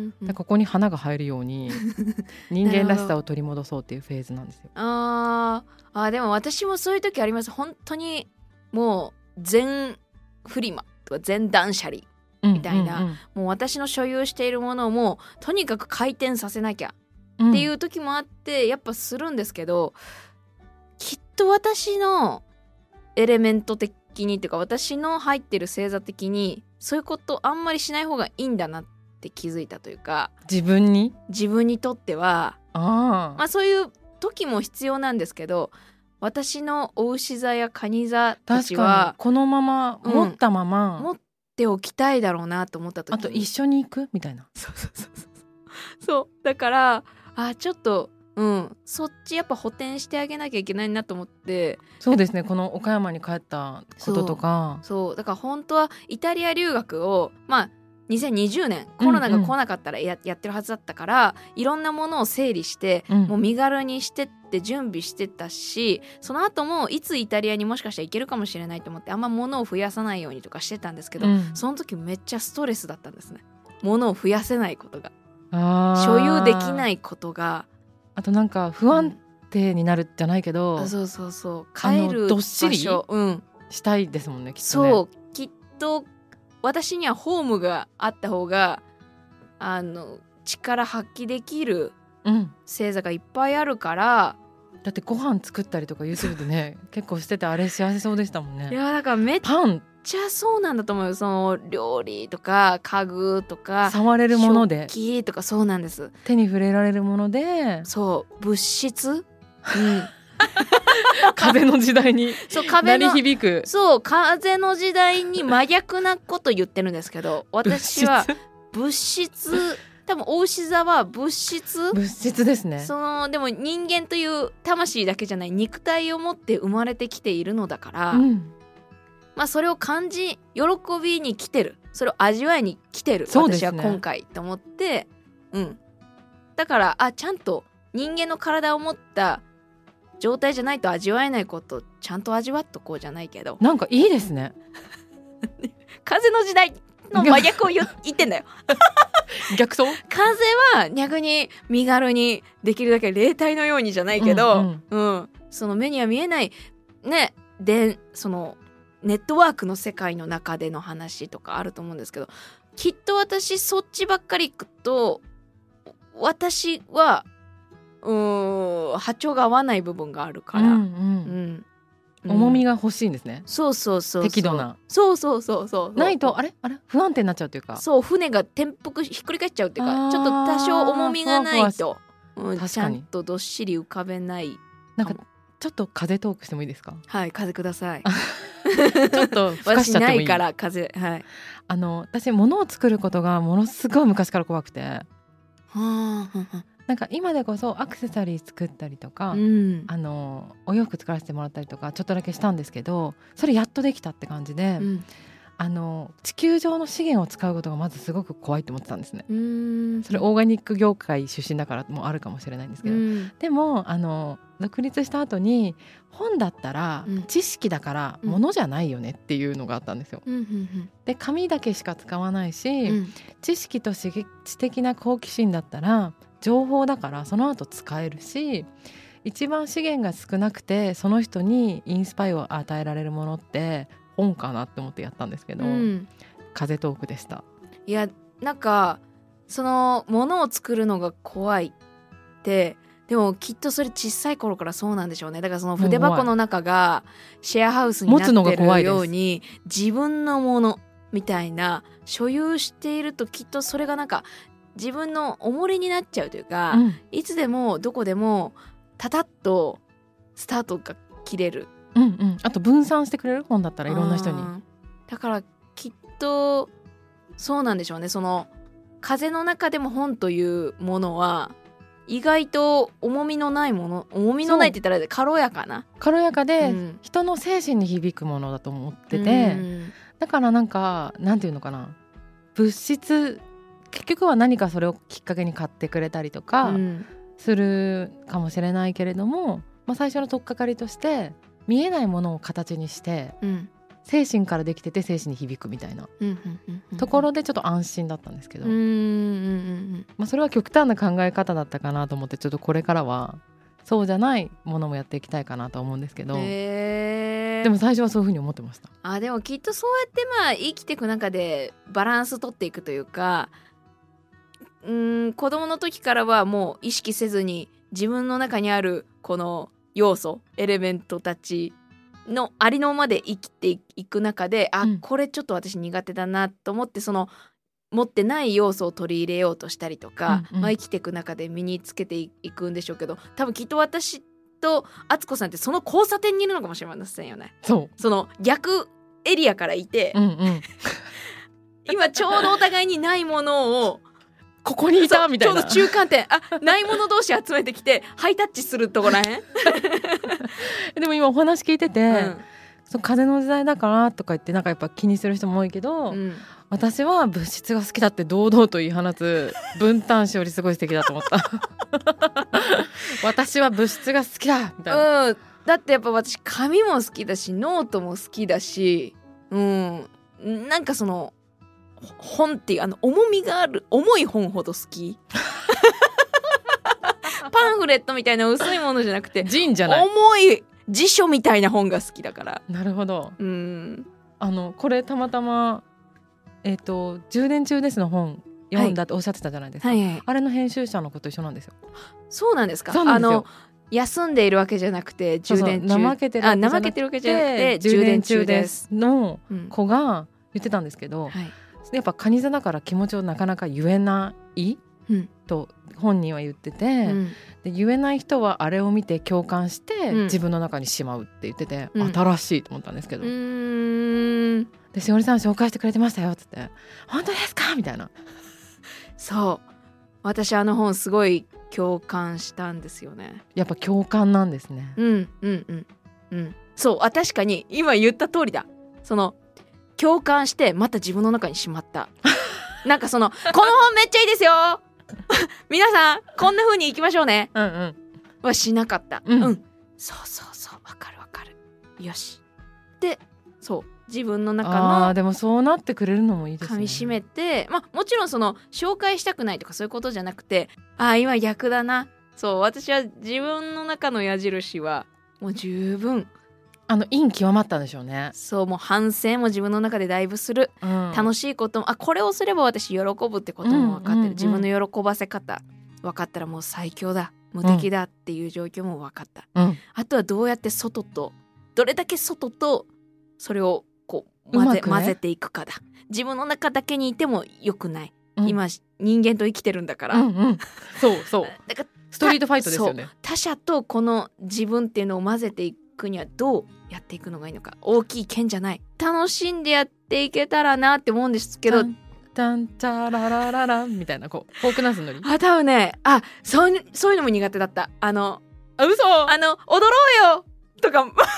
だからここに花が入るように人間らしさを取り戻そうっていうフェーズなんですよ。 ああ、でも私もそういう時あります。本当にもう全フリマとか全断捨離みたいな、うんうんうん、もう私の所有しているものをもうとにかく回転させなきゃっていう時もあってやっぱするんですけど、きっと私のエレメント的にっていうか私の入ってる星座的にそういうことあんまりしない方がいいんだなって気づいたというか、 自分に自分にとってはあ、まあ、そういう時も必要なんですけど、私のお牛座や蟹座たちはこのまま持ったまま、 うん、持っておきたいだろうなと思った時に、 あと一緒に行くみたいな。 そうそうそうそうそうだからあちょっとうんそっちやっぱ補填してあげなきゃいけないなと思って。 そうですね、この岡山に帰ったこととか、 そう、そうだから本当はイタリア留学をまあにせんにじゅうねんコロナが来なかったら や,、うんうん、やってるはずだったからいろんなものを整理して、うん、もう身軽にしてって準備してたし、その後もいつイタリアにもしかしたら行けるかもしれないと思ってあんま物を増やさないようにとかしてたんですけど、うん、その時めっちゃストレスだったんですね。物を増やせないことが、所有できないことが、 あとなんか不安定になるじゃないけど、 うん、そうそうそう帰る場所どっしりしたいですもんね、きっとね。 そうきっと私にはホームがあった方があの力発揮できる星座がいっぱいあるから、 うん、だってご飯作ったりとか YouTube でね結構しててあれ幸せそうでしたもんね。 いやだからめっちゃそうなんだと思うよ。その料理とか家具とか触れるもので、 食器とか、そうなんです、 手に触れられるもので、 そう物質、うん風の時代に鳴り響く、 そう風の時代に真逆なこと言ってるんですけど私は物質多分大牛座は物質物質ですね。 そのでも人間という魂だけじゃない肉体を持って生まれてきているのだから、うん、まあそれを感じ喜びに来てる、それを味わいに来てる、そうですね、私は今回と思って、うん、だからあちゃんと人間の体を持った状態じゃないと味わえないことちゃんと味わっとこうじゃないけど、 なんかいいですね風の時代の真逆を言ってんだよ逆走？ 風は逆に身軽にできるだけ霊体のようにじゃないけど、うんうんうん、その目には見えないねでそのネットワークの世界の中での話とかあると思うんですけど、きっと私そっちばっかり行くと私はうーん波長が合わない部分があるから、うんうんうん重みが欲しいんですね。 そうそうそうそう適度なそうそうそうそうないとあれあれ不安定になっちゃうというか、 そう船が転覆ひっくり返っちゃうっていうか、ちょっと多少重みがないとふわふわ、うん、 ちゃんとどっしり浮かべないなんかちょっと風トークしてもいいですか？ はい風くださいちょっと吹かしちゃってもいい？私ないから風、はい、 あの私物を作ることがものすごい昔から怖くて、はあなんか今でこそアクセサリー作ったりとか、うん、あのお洋服作らせてもらったりとかちょっとだけしたんですけど、それやっとできたって感じで、うん、あの地球上の資源を使うことがまずすごく怖いって思ってたんですね。うーんそれオーガニック業界出身だからもあるかもしれないんですけど、うん、でもあの独立した後に本だったら知識だから物じゃないよねっていうのがあったんですよ、うん、で紙だけしか使わないし、うん、知識と知的な好奇心だったら情報だからその後使えるし、一番資源が少なくてその人にインスパイを与えられるものって本かなって思ってやったんですけど、うん、風トークでした。 いやなんかそのものを作るのが怖いってでもきっとそれ小さい頃からそうなんでしょうね。だからその筆箱の中がシェアハウスになってるように自分のものみたいな所有しているときっとそれがなんか自分の重りになっちゃうというか、うん、いつでもどこでもタタッとスタートが切れる、 うんうん、あと分散してくれる本だったらいろんな人に。 だからきっとそうなんでしょうね。その風の中でも本というものは意外と重みのないもの、重みのないって言ったら軽やかな軽やかで、うん、人の精神に響くものだと思ってて、うん、だからなんかなんていうのかな、物質結局は何かそれをきっかけに買ってくれたりとかするかもしれないけれども、まあ、最初の取っかかりとして見えないものを形にして、うん、精神からできてて精神に響くみたいなところでちょっと安心だったんですけど、うんうんうん、まあ、それは極端な考え方だったかなと思って、ちょっとこれからはそうじゃないものもやっていきたいかなと思うんですけど、でも最初はそういうふうに思ってました。 あでもきっとそうやってまあ生きていく中でバランス取っていくというか、うーん子供の時からはもう意識せずに自分の中にあるこの要素エレメントたちのありのままで生きていく中で、あ、うん、これちょっと私苦手だなと思ってその持ってない要素を取り入れようとしたりとか、うんうん、まあ、生きていく中で身につけていくんでしょうけど、多分きっと私と敦子さんってその交差点にいるのかもしれませんよね。 そうその逆エリアからいて、うんうん、今ちょうどお互いにないものをここにいたみたいな、 ちょうど中間点、あ、ないもの同士集めてきてハイタッチするとこらへんでも今お話聞いてて、うん、そう風の時代だからとか言ってなんかやっぱ気にする人も多いけど、うん、私は物質が好きだって堂々と言い放つ分担子よりすごい素敵だと思った私は物質が好きだみたいな、うん、 だってやっぱ私紙も好きだしノートも好きだし、うん、なんかその本っていうあの重みがある重い本ほど好きパンフレットみたいな薄いものじゃなくてジンじゃない重い辞書みたいな本が好きだから。 なるほど、うん、あのこれたまたま、えーと、充電中ですの本読んだっておっしゃってたじゃないですか、はいはいはい、あれの編集者の子と一緒なんですよ。 そうなんですか。そうなんですよ。あの休んでいるわけじゃなくて充電中、 そうそう怠けてるわけじゃなくて充電中ですの子が言ってたんですけど、うん、はい、やっぱカニ座だから気持ちをなかなか言えない、うん、と本人は言ってて、うん、で言えない人はあれを見て共感して、うん、自分の中にしまうって言ってて、うん、新しいと思ったんですけど、うーんでしおりさん紹介してくれてましたよって言って本当ですかみたいな。 そう私あの本すごい共感したんですよね。 やっぱ共感なんですね。 うんうんうんうん。そうあ確かに今言った通りだ。その共感してまた自分の中にしまったなんかそのこの本めっちゃいいですよ皆さんこんな風にいきましょうねうん、うん、はしなかった、うん、うん、 そうそうそうわかるわかるよしでそう自分の中あのでもそうなってくれるのもいいですね。 噛み締めて、まあ、もちろんその紹介したくないとかそういうことじゃなくてあー今逆だなそう私は自分の中の矢印はもう十分あの陰極まったんでしょうね。 そうもう反省も自分の中でだいぶする、うん、楽しいこともあこれをすれば私喜ぶってことも分かってる、うんうんうん、自分の喜ばせ方分かったらもう最強だ無敵だっていう状況も分かった、うん、あとはどうやって外とどれだけ外とそれをこう混ぜ、ね、混ぜていくかだ。自分の中だけにいてもよくない、うん、今人間と生きてるんだから、 うんうん、そうそうだからストリートファイトですよね。 他者とこの自分っていうのを混ぜていくにはどうやっていくのがいいのか。大きい剣じゃない楽しんでやっていけたらなって思うんですけどタンチャララララみたいなこうフォークダンスのりあ多分ねあそういうそういうのも苦手だった。あのあ嘘あの踊ろうよとか無理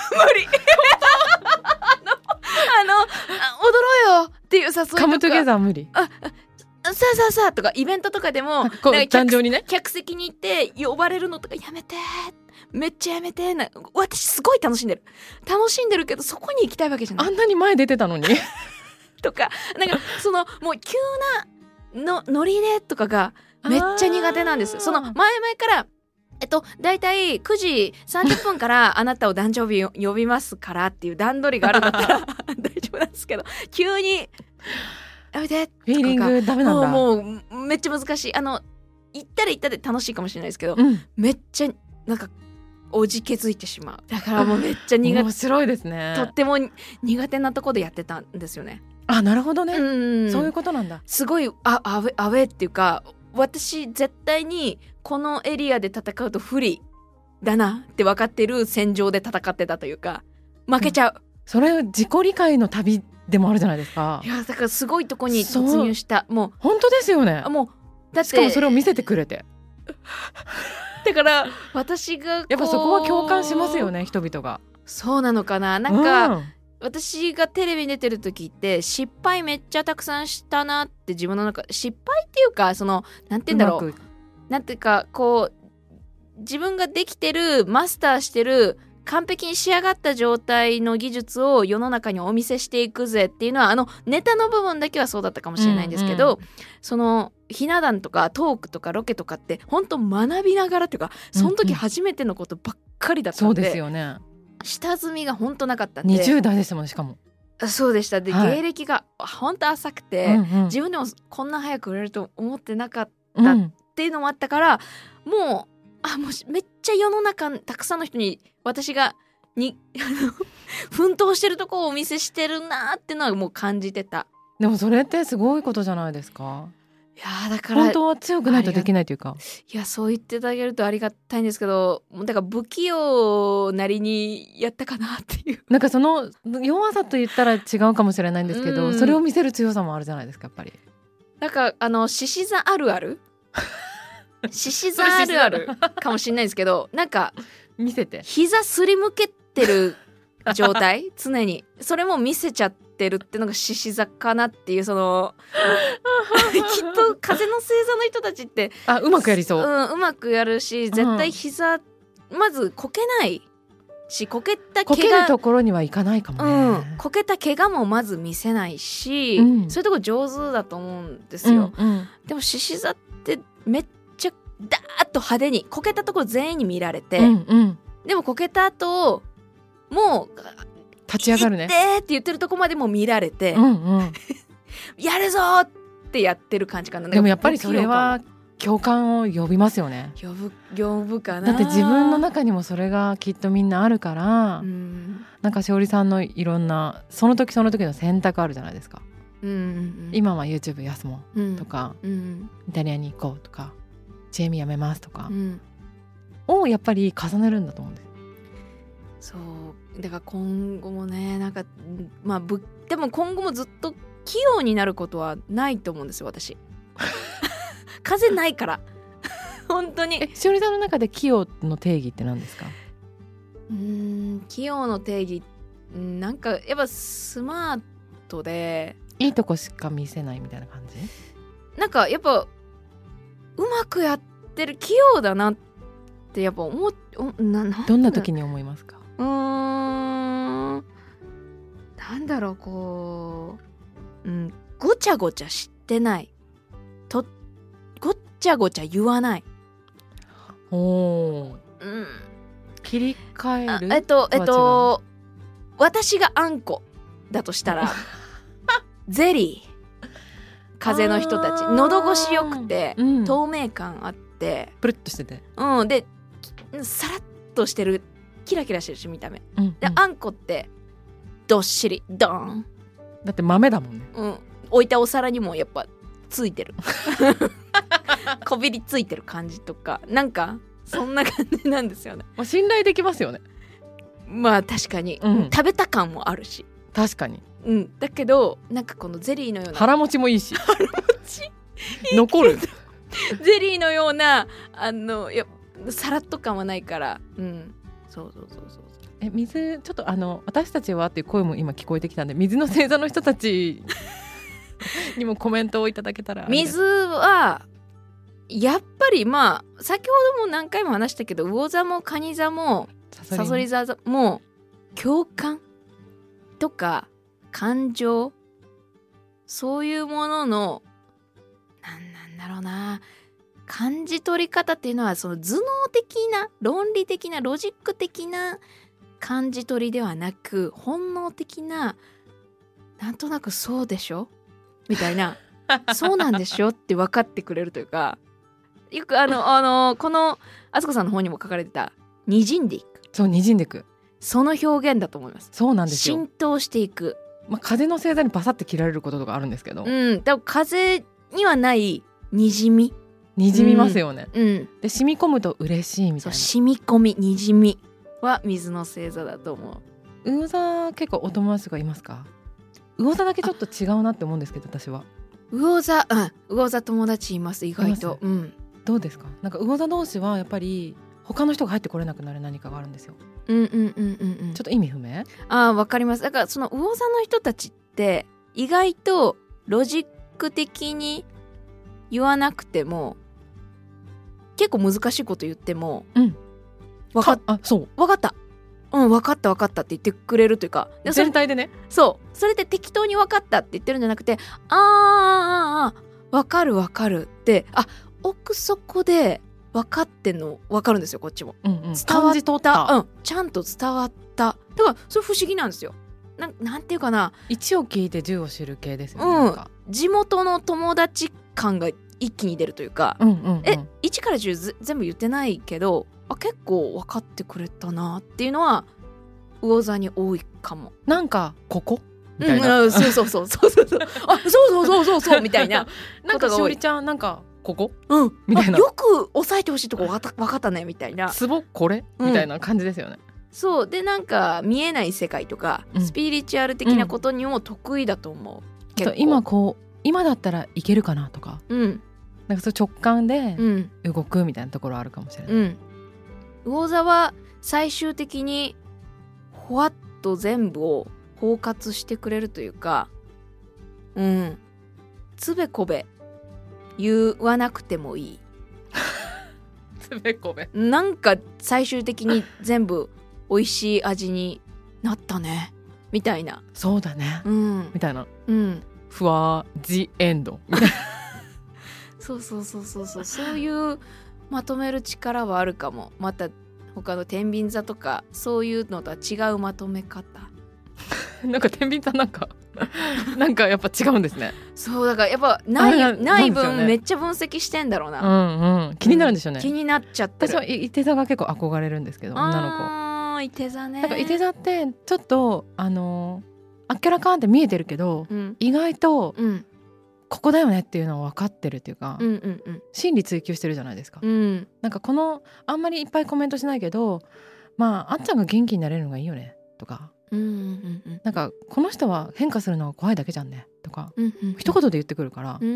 あのあの踊ろうよっていう誘いとかカムトゥゲザー無理あさあさあさあとかイベントとかでも壇上にね客席に行って呼ばれるのとかやめてめっちゃやめてな私すごい楽しんでる楽しんでるけどそこに行きたいわけじゃない。 あんなに前出てたのにとかなんかそのもう急なのノリでとかがめっちゃ苦手なんです。その前々からえっとだいたいくじさんじゅっぷんからあなたを誕生日呼びますからっていう段取りがあるんだったら大丈夫なんですけど急にやめてとかフィーリングダメなんだ。 もうもうめっちゃ難しい。あの行ったら行ったで楽しいかもしれないですけど、うん、めっちゃなんかおじけづいてしまう。だからもうめっちゃ苦手面白いですね。 とっても苦手なところでやってたんですよね。 あなるほどね、 うん、 そういうことなんだ。 すごいあアウェ、アウェっていうか私絶対にこのエリアで戦うと不利だなって分かってる戦場で戦ってたというか負けちゃう、うん、 それ自己理解の旅でもあるじゃないですか。 いやだからすごいとこに突入した。もう本当ですよね。 もうだってしかもそれを見せてくれてだから私がこうやっぱそこは共感しますよね人々が。 そうなのかな。なんか、 うん、 私がテレビに出てる時って失敗めっちゃたくさんしたなって自分の中失敗っていうかそのなんて言うんだろうなんていうかこう自分ができてるマスターしてる完璧に仕上がった状態の技術を世の中にお見せしていくぜっていうのはあのネタの部分だけはそうだったかもしれないんですけど、うんうん、そのひな壇とかトークとかロケとかって本当学びながらっていうかその時初めてのことばっかりだったんで、 そうですよね。 下積みが本当なかったんで。 にじゅう代ですもんしかも。 そうでしたで、はい、芸歴が本当浅くて、うんうん、自分でもこんな早く売れると思ってなかったっていうのもあったから、うん、もうあもうめっちゃ世の中たくさんの人に私がに奮闘してるとこをお見せしてるなっていうのはもう感じてた。 でもそれってすごいことじゃないですか。 いやだから本当は強くないとできないというか。 いやそう言っていただけるとありがたいんですけどだから不器用なりにやったかなっていう。 なんかその弱さと言ったら違うかもしれないんですけど、うん、それを見せる強さもあるじゃないですかやっぱり。 なんかあの獅子座あるある獅子座あるあるかもしれないですけどなんか見せて膝すりむけてる状態常にそれも見せちゃってるってのが獅子座かなっていうそのきっと風の星座の人たちってあうまくやりそう、 うん、うまくやるし絶対膝、うん、まずこけないしこけた怪我こけるところにはいかないかもね、 うん、こけた怪我もまず見せないし、うん、そういうところ上手だと思うんですよ、うんうん、でも獅子座ってめっちゃダーッと派手にこけたところ全員に見られて、うんうん、でもこけた後もう立ち上がるねってって言ってるとこまでも見られて、 うんうん、 やるぞってやってる感じかな。 でもやっぱりそれは共感を呼びますよね。 呼ぶ、呼ぶかな。 だって自分の中にもそれがきっとみんなあるから、うん、なんかしおりさんのいろんなその時その時の選択あるじゃないですか、うんうんうん、今は YouTube 休もうとか、うんうん、イタリアに行こうとかジェイミーやめますとか、うん、をやっぱり重ねるんだと思うんです。 そうだから今後もねなんかまあぶでも今後もずっと器用になることはないと思うんですよ私風ないから本当に。 えしおりさんの中で器用の定義って何ですか？ うーん器用の定義なんかやっぱスマートでいいとこしか見せないみたいな感じ。 なんかやっぱうまくやってる器用だなっってやっぱ思っななどんな時に思いますか？ うーんなんだろうこう、うん、ごちゃごちゃしてないとごっちゃごちゃ言わない。 おー、 うん、 切り替えるえっとえっと私があんこだとしたらゼリー風の人たち喉越しよくて、うん、透明感あってプルッとしてて、 うん、でサラッとしてるキラキラしてるし見た目、うんうん、であんこってどっしりドーンだって豆だもんね、 うん、置いたお皿にもやっぱついてるこびりついてる感じとかなんかそんな感じなんですよね。 まあ、信頼できますよね。 まあ確かに、うん、食べた感もあるし確かに、 うん、だけどなんかこのゼリーのような腹持ちもいいし腹持ち残るゼリーのようなあのいやさらっと感はないから、うん、そうそうそうそうえ水ちょっとあの私たちはっていう声も今聞こえてきたんで水の星座の人たちにもコメントをいただけたら。 水はやっぱりまあ先ほども何回も話したけど魚座も蟹座もさそり座も共感とか感情そういうもののなんなんだろうな感じ取り方っていうのはその頭脳的な論理的なロジック的な感じ取りではなく本能的ななんとなくそうでしょみたいなそうなんでしょって分かってくれるというかよくあのあのこのあつこさんの方にも書かれてたにじんでいくそうにじんでいくその表現だと思います。 そうなんですよ浸透していく、 まあ、風の星座にバサッて切られることとかあるんですけど、 うん、でも風にはないにじみにじみますよね、 うんうん、 で染み込むと嬉しいみたいなそう染み込みにじみは水の星座だと思う。 魚座結構お友達がいますか？魚座だけちょっと違うなって思うんですけど私は魚座、うん、魚座友達います意外と、うん、 どうですか？なんか魚座同士はやっぱり他の人が入ってこれなくなる何かがあるんですよ。 うんうんうんうんうん。 ちょっと意味不明？ ああわかります。だからその魚座の人たちって意外とロジック的に言わなくても結構難しいこと言っても、うん、わかっあそうわかったうん分かった分かったって言ってくれるというか全体でねそうそれで適当に分かったって言ってるんじゃなくてあーあーあー分かる分かるってあ奥底で分かってんの分かるんですよこっちも、 うんうん、伝わった感じ取った、うん、ちゃんと伝わっただからそれ不思議なんですよ。な, なんていうかな一を聞いて十を知る系ですよね、 うん、 なんか地元の友達感が一気に出るというか、 うんうんうん、 えいちからじゅう全部言ってないけどあ結構分かってくれたなっていうのは魚座に多いかも。 なんかここみたいな、 うん、そうそうそうそうそうそうあそうそうそうそうそうみたいななんかしおりちゃんなんかここ、 うん、 みたいなよく押さえてほしいとこ分かった、分かったねみたいなツボこれ、うん、みたいな感じですよね。 そうでなんか見えない世界とか、うん、スピリチュアル的なことにも得意だと思う、うん、 結構今こう今だったらいけるかなとか、 うん、 なんかそう直感で動くみたいなところあるかもしれない、うん、 魚座は最終的にほわっと全部を包括してくれるというか、うんつべこべ言わなくてもいいつべこべなんか最終的に全部美味しい味になったねみたいなそうだね、 うん、 みたいな、 うん、 ふわジエンドみたいなそうそうそうそうそうそういうまとめる力はあるかも。また他の天秤座とかそういうのとは違うまとめ方なんか天秤座なんかなんかやっぱ違うんですね。 そうだからやっぱないない分めっちゃ分析してんだろうな、 うんうん、気になるんでしょうね、 うん、気になっちゃってる。 私はいて座が結構憧れるんですけど女の子あいて座ね。 なんかいて座ってちょっとあのあっけらかんって見えてるけど、うん、意外と、うん、ここだよねっていうのを分かってるっていうか、うんうんうん、真理追求してるじゃないですか、うん、なんかこのあんまりいっぱいコメントしないけどまああっちゃんが元気になれるのがいいよねとか、うんうんうん、なんかこの人は変化するのが怖いだけじゃんねとか、うんうんうん、一言で言ってくるから、うん、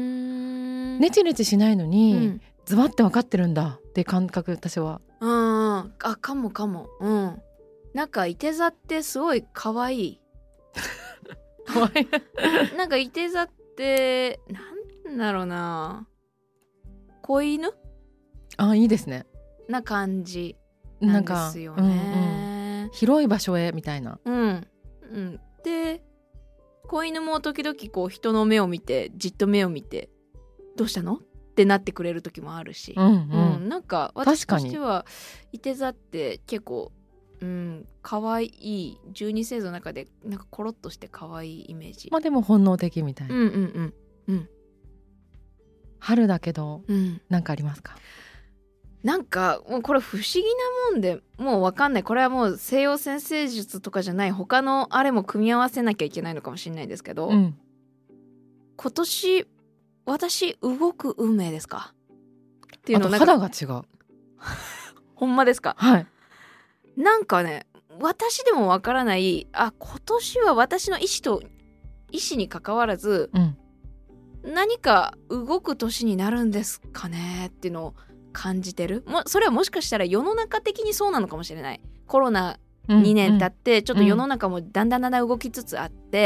ネチネチしないのに、うん、ズバッて分かってるんだって感覚私は。 ああかもかも、うん、なんかいて座ってすごい可愛い可愛いなんかいて座ってなんだろうな子犬あいいですね。 な感じなんですよね。 うんうん、広い場所へみたいな。 うんうん、で子犬も時々こう人の目を見てじっと目を見てどうしたのってなってくれる時もあるし、 うんうんうん、なんか私としてはいて座って結構うん、可愛いじゅうに星座の中でなんかコロッとして可愛いイメージ。 まあでも本能的みたいな。 うんうんうんうん。 春だけど、 うん、 なんかありますか？ なんかもうこれ不思議なもんでもう分かんない。これはもう西洋占星術とかじゃない他のあれも組み合わせなきゃいけないのかもしれないんですけど、 うん、 今年私動く運命ですかっていうのあと肌が違うほんまですか？ はい。 なんかね私でもわからないあ今年は私の意思と意思に関わらず、 うん、 何か動く年になるんですかねっていうのを感じてる。もそれはもしかしたら世の中的にそうなのかもしれない。コロナにねん経ってちょっと世の中もだんだんだんだん動きつつあって、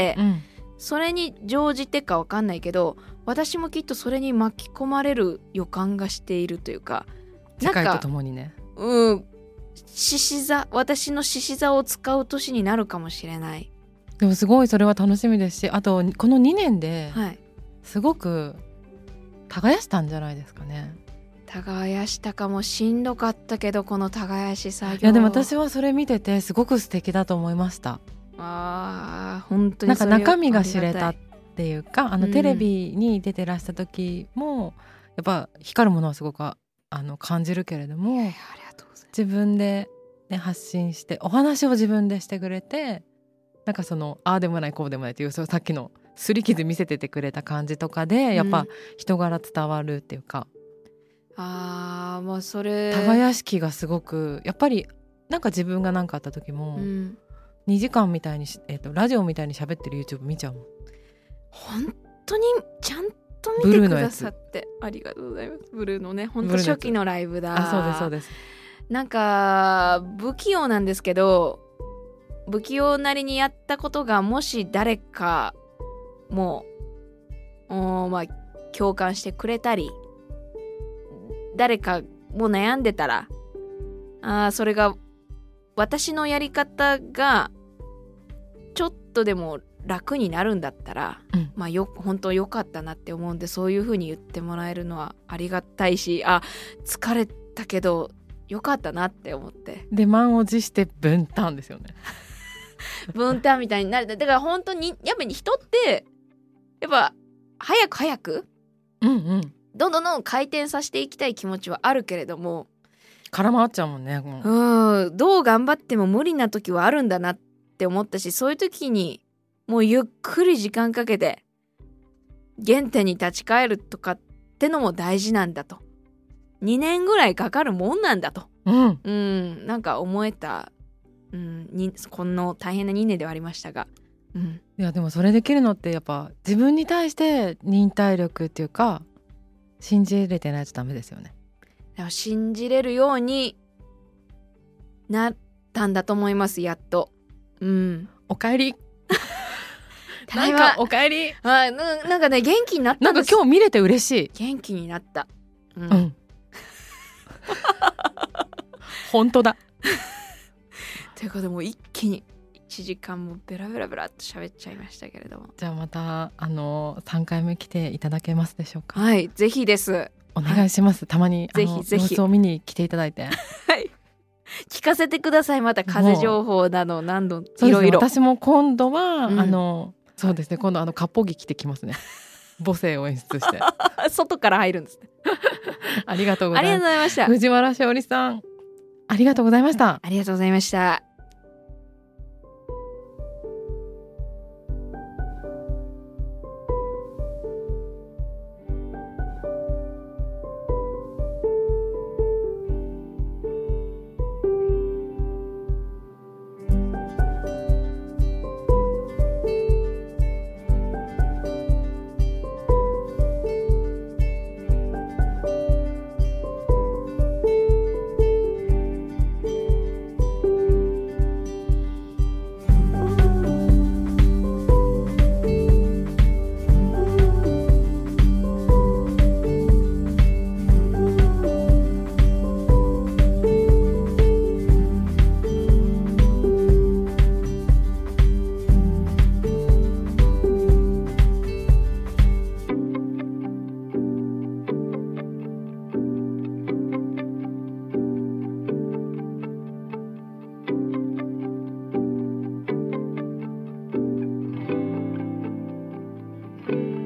うん、それに乗じてかわかんないけど私もきっとそれに巻き込まれる予感がしているというか、 世界とともにね、 うん獅子座私の獅子座を使う年になるかもしれない。 でもすごいそれは楽しみですし、あとこのにねんですごく耕したんじゃないですかね。 耕したかも。しんどかったけどこの耕し作業。 いやでも私はそれ見ててすごく素敵だと思いました。 あー本当になんか中身が知れたっていうか、あのテレビに出てらした時も、やっぱ光るものはすごくあの感じるけれども、 ありがとうございます。 自分で、ね、発信してお話を自分でしてくれて、なんかそのああでもないこうでもないっていう、そのさっきの擦り傷見せててくれた感じとかでやっぱ人柄伝わるっていうか、 うん、あーもうそれ耕し機がすごくやっぱりなんか自分が何かあった時も、うん、にじかんみたいに、えーと、ラジオみたいに喋ってる YouTube 見ちゃうもん。 本当にちゃんと見てくださってありがとうございます。ブルーのね本当初期のライブだ。 あそうですそうです。 なんか不器用なんですけど不器用なりにやったことがもし誰かもうまあ共感してくれたり誰かも悩んでたらあそれが私のやり方がちょっとでも楽になるんだったら、うん、まあよ本当良かったなって思うんで、そういう風に言ってもらえるのはありがたいし、あ疲れたけど良かったなって思って、 で満を持して分担ですよね分担みたいになる。だから本当にやっぱり人ってやっぱ早く早く、 うんうん、 どんどんどんどん回転させていきたい気持ちはあるけれども空回っちゃうもんね。 もううんどう頑張っても無理な時はあるんだなって思ったし、そういう時にもうゆっくり時間かけて原点に立ち返るとかってのも大事なんだと、にねんぐらいかかるもんなんだと、 うん、 うん、なんか思えた、うん、にこの大変なにねんではありましたが、うん、 いやでもそれできるのってやっぱ自分に対して忍耐力っていうか信じれてないとダメですよね。 だから信じれるようになったんだと思います、やっと。うん、 おかえりなんかおかえりあ な, なんかね元気になったんです。 なんか今日見れて嬉しい。 元気になった、うん、 うん本当だということでもう一気にいちじかんもベラベラベラっと喋っちゃいましたけれども、 じゃあまたあのさんかいめ来ていただけますでしょうか。 はいぜひです、 お願いします、はい、たまにぜひぜひ様子を見に来ていただいてはい聞かせてください。また風情報など何度いろいろ、 ね、私も今度は、うん、あのそうですね今度あの割烹着着てきますね母性を演出して外から入るんですねありがとうございます。 ありがとうございました。 藤原しおりさんありがとうございました。 ありがとうございました。 う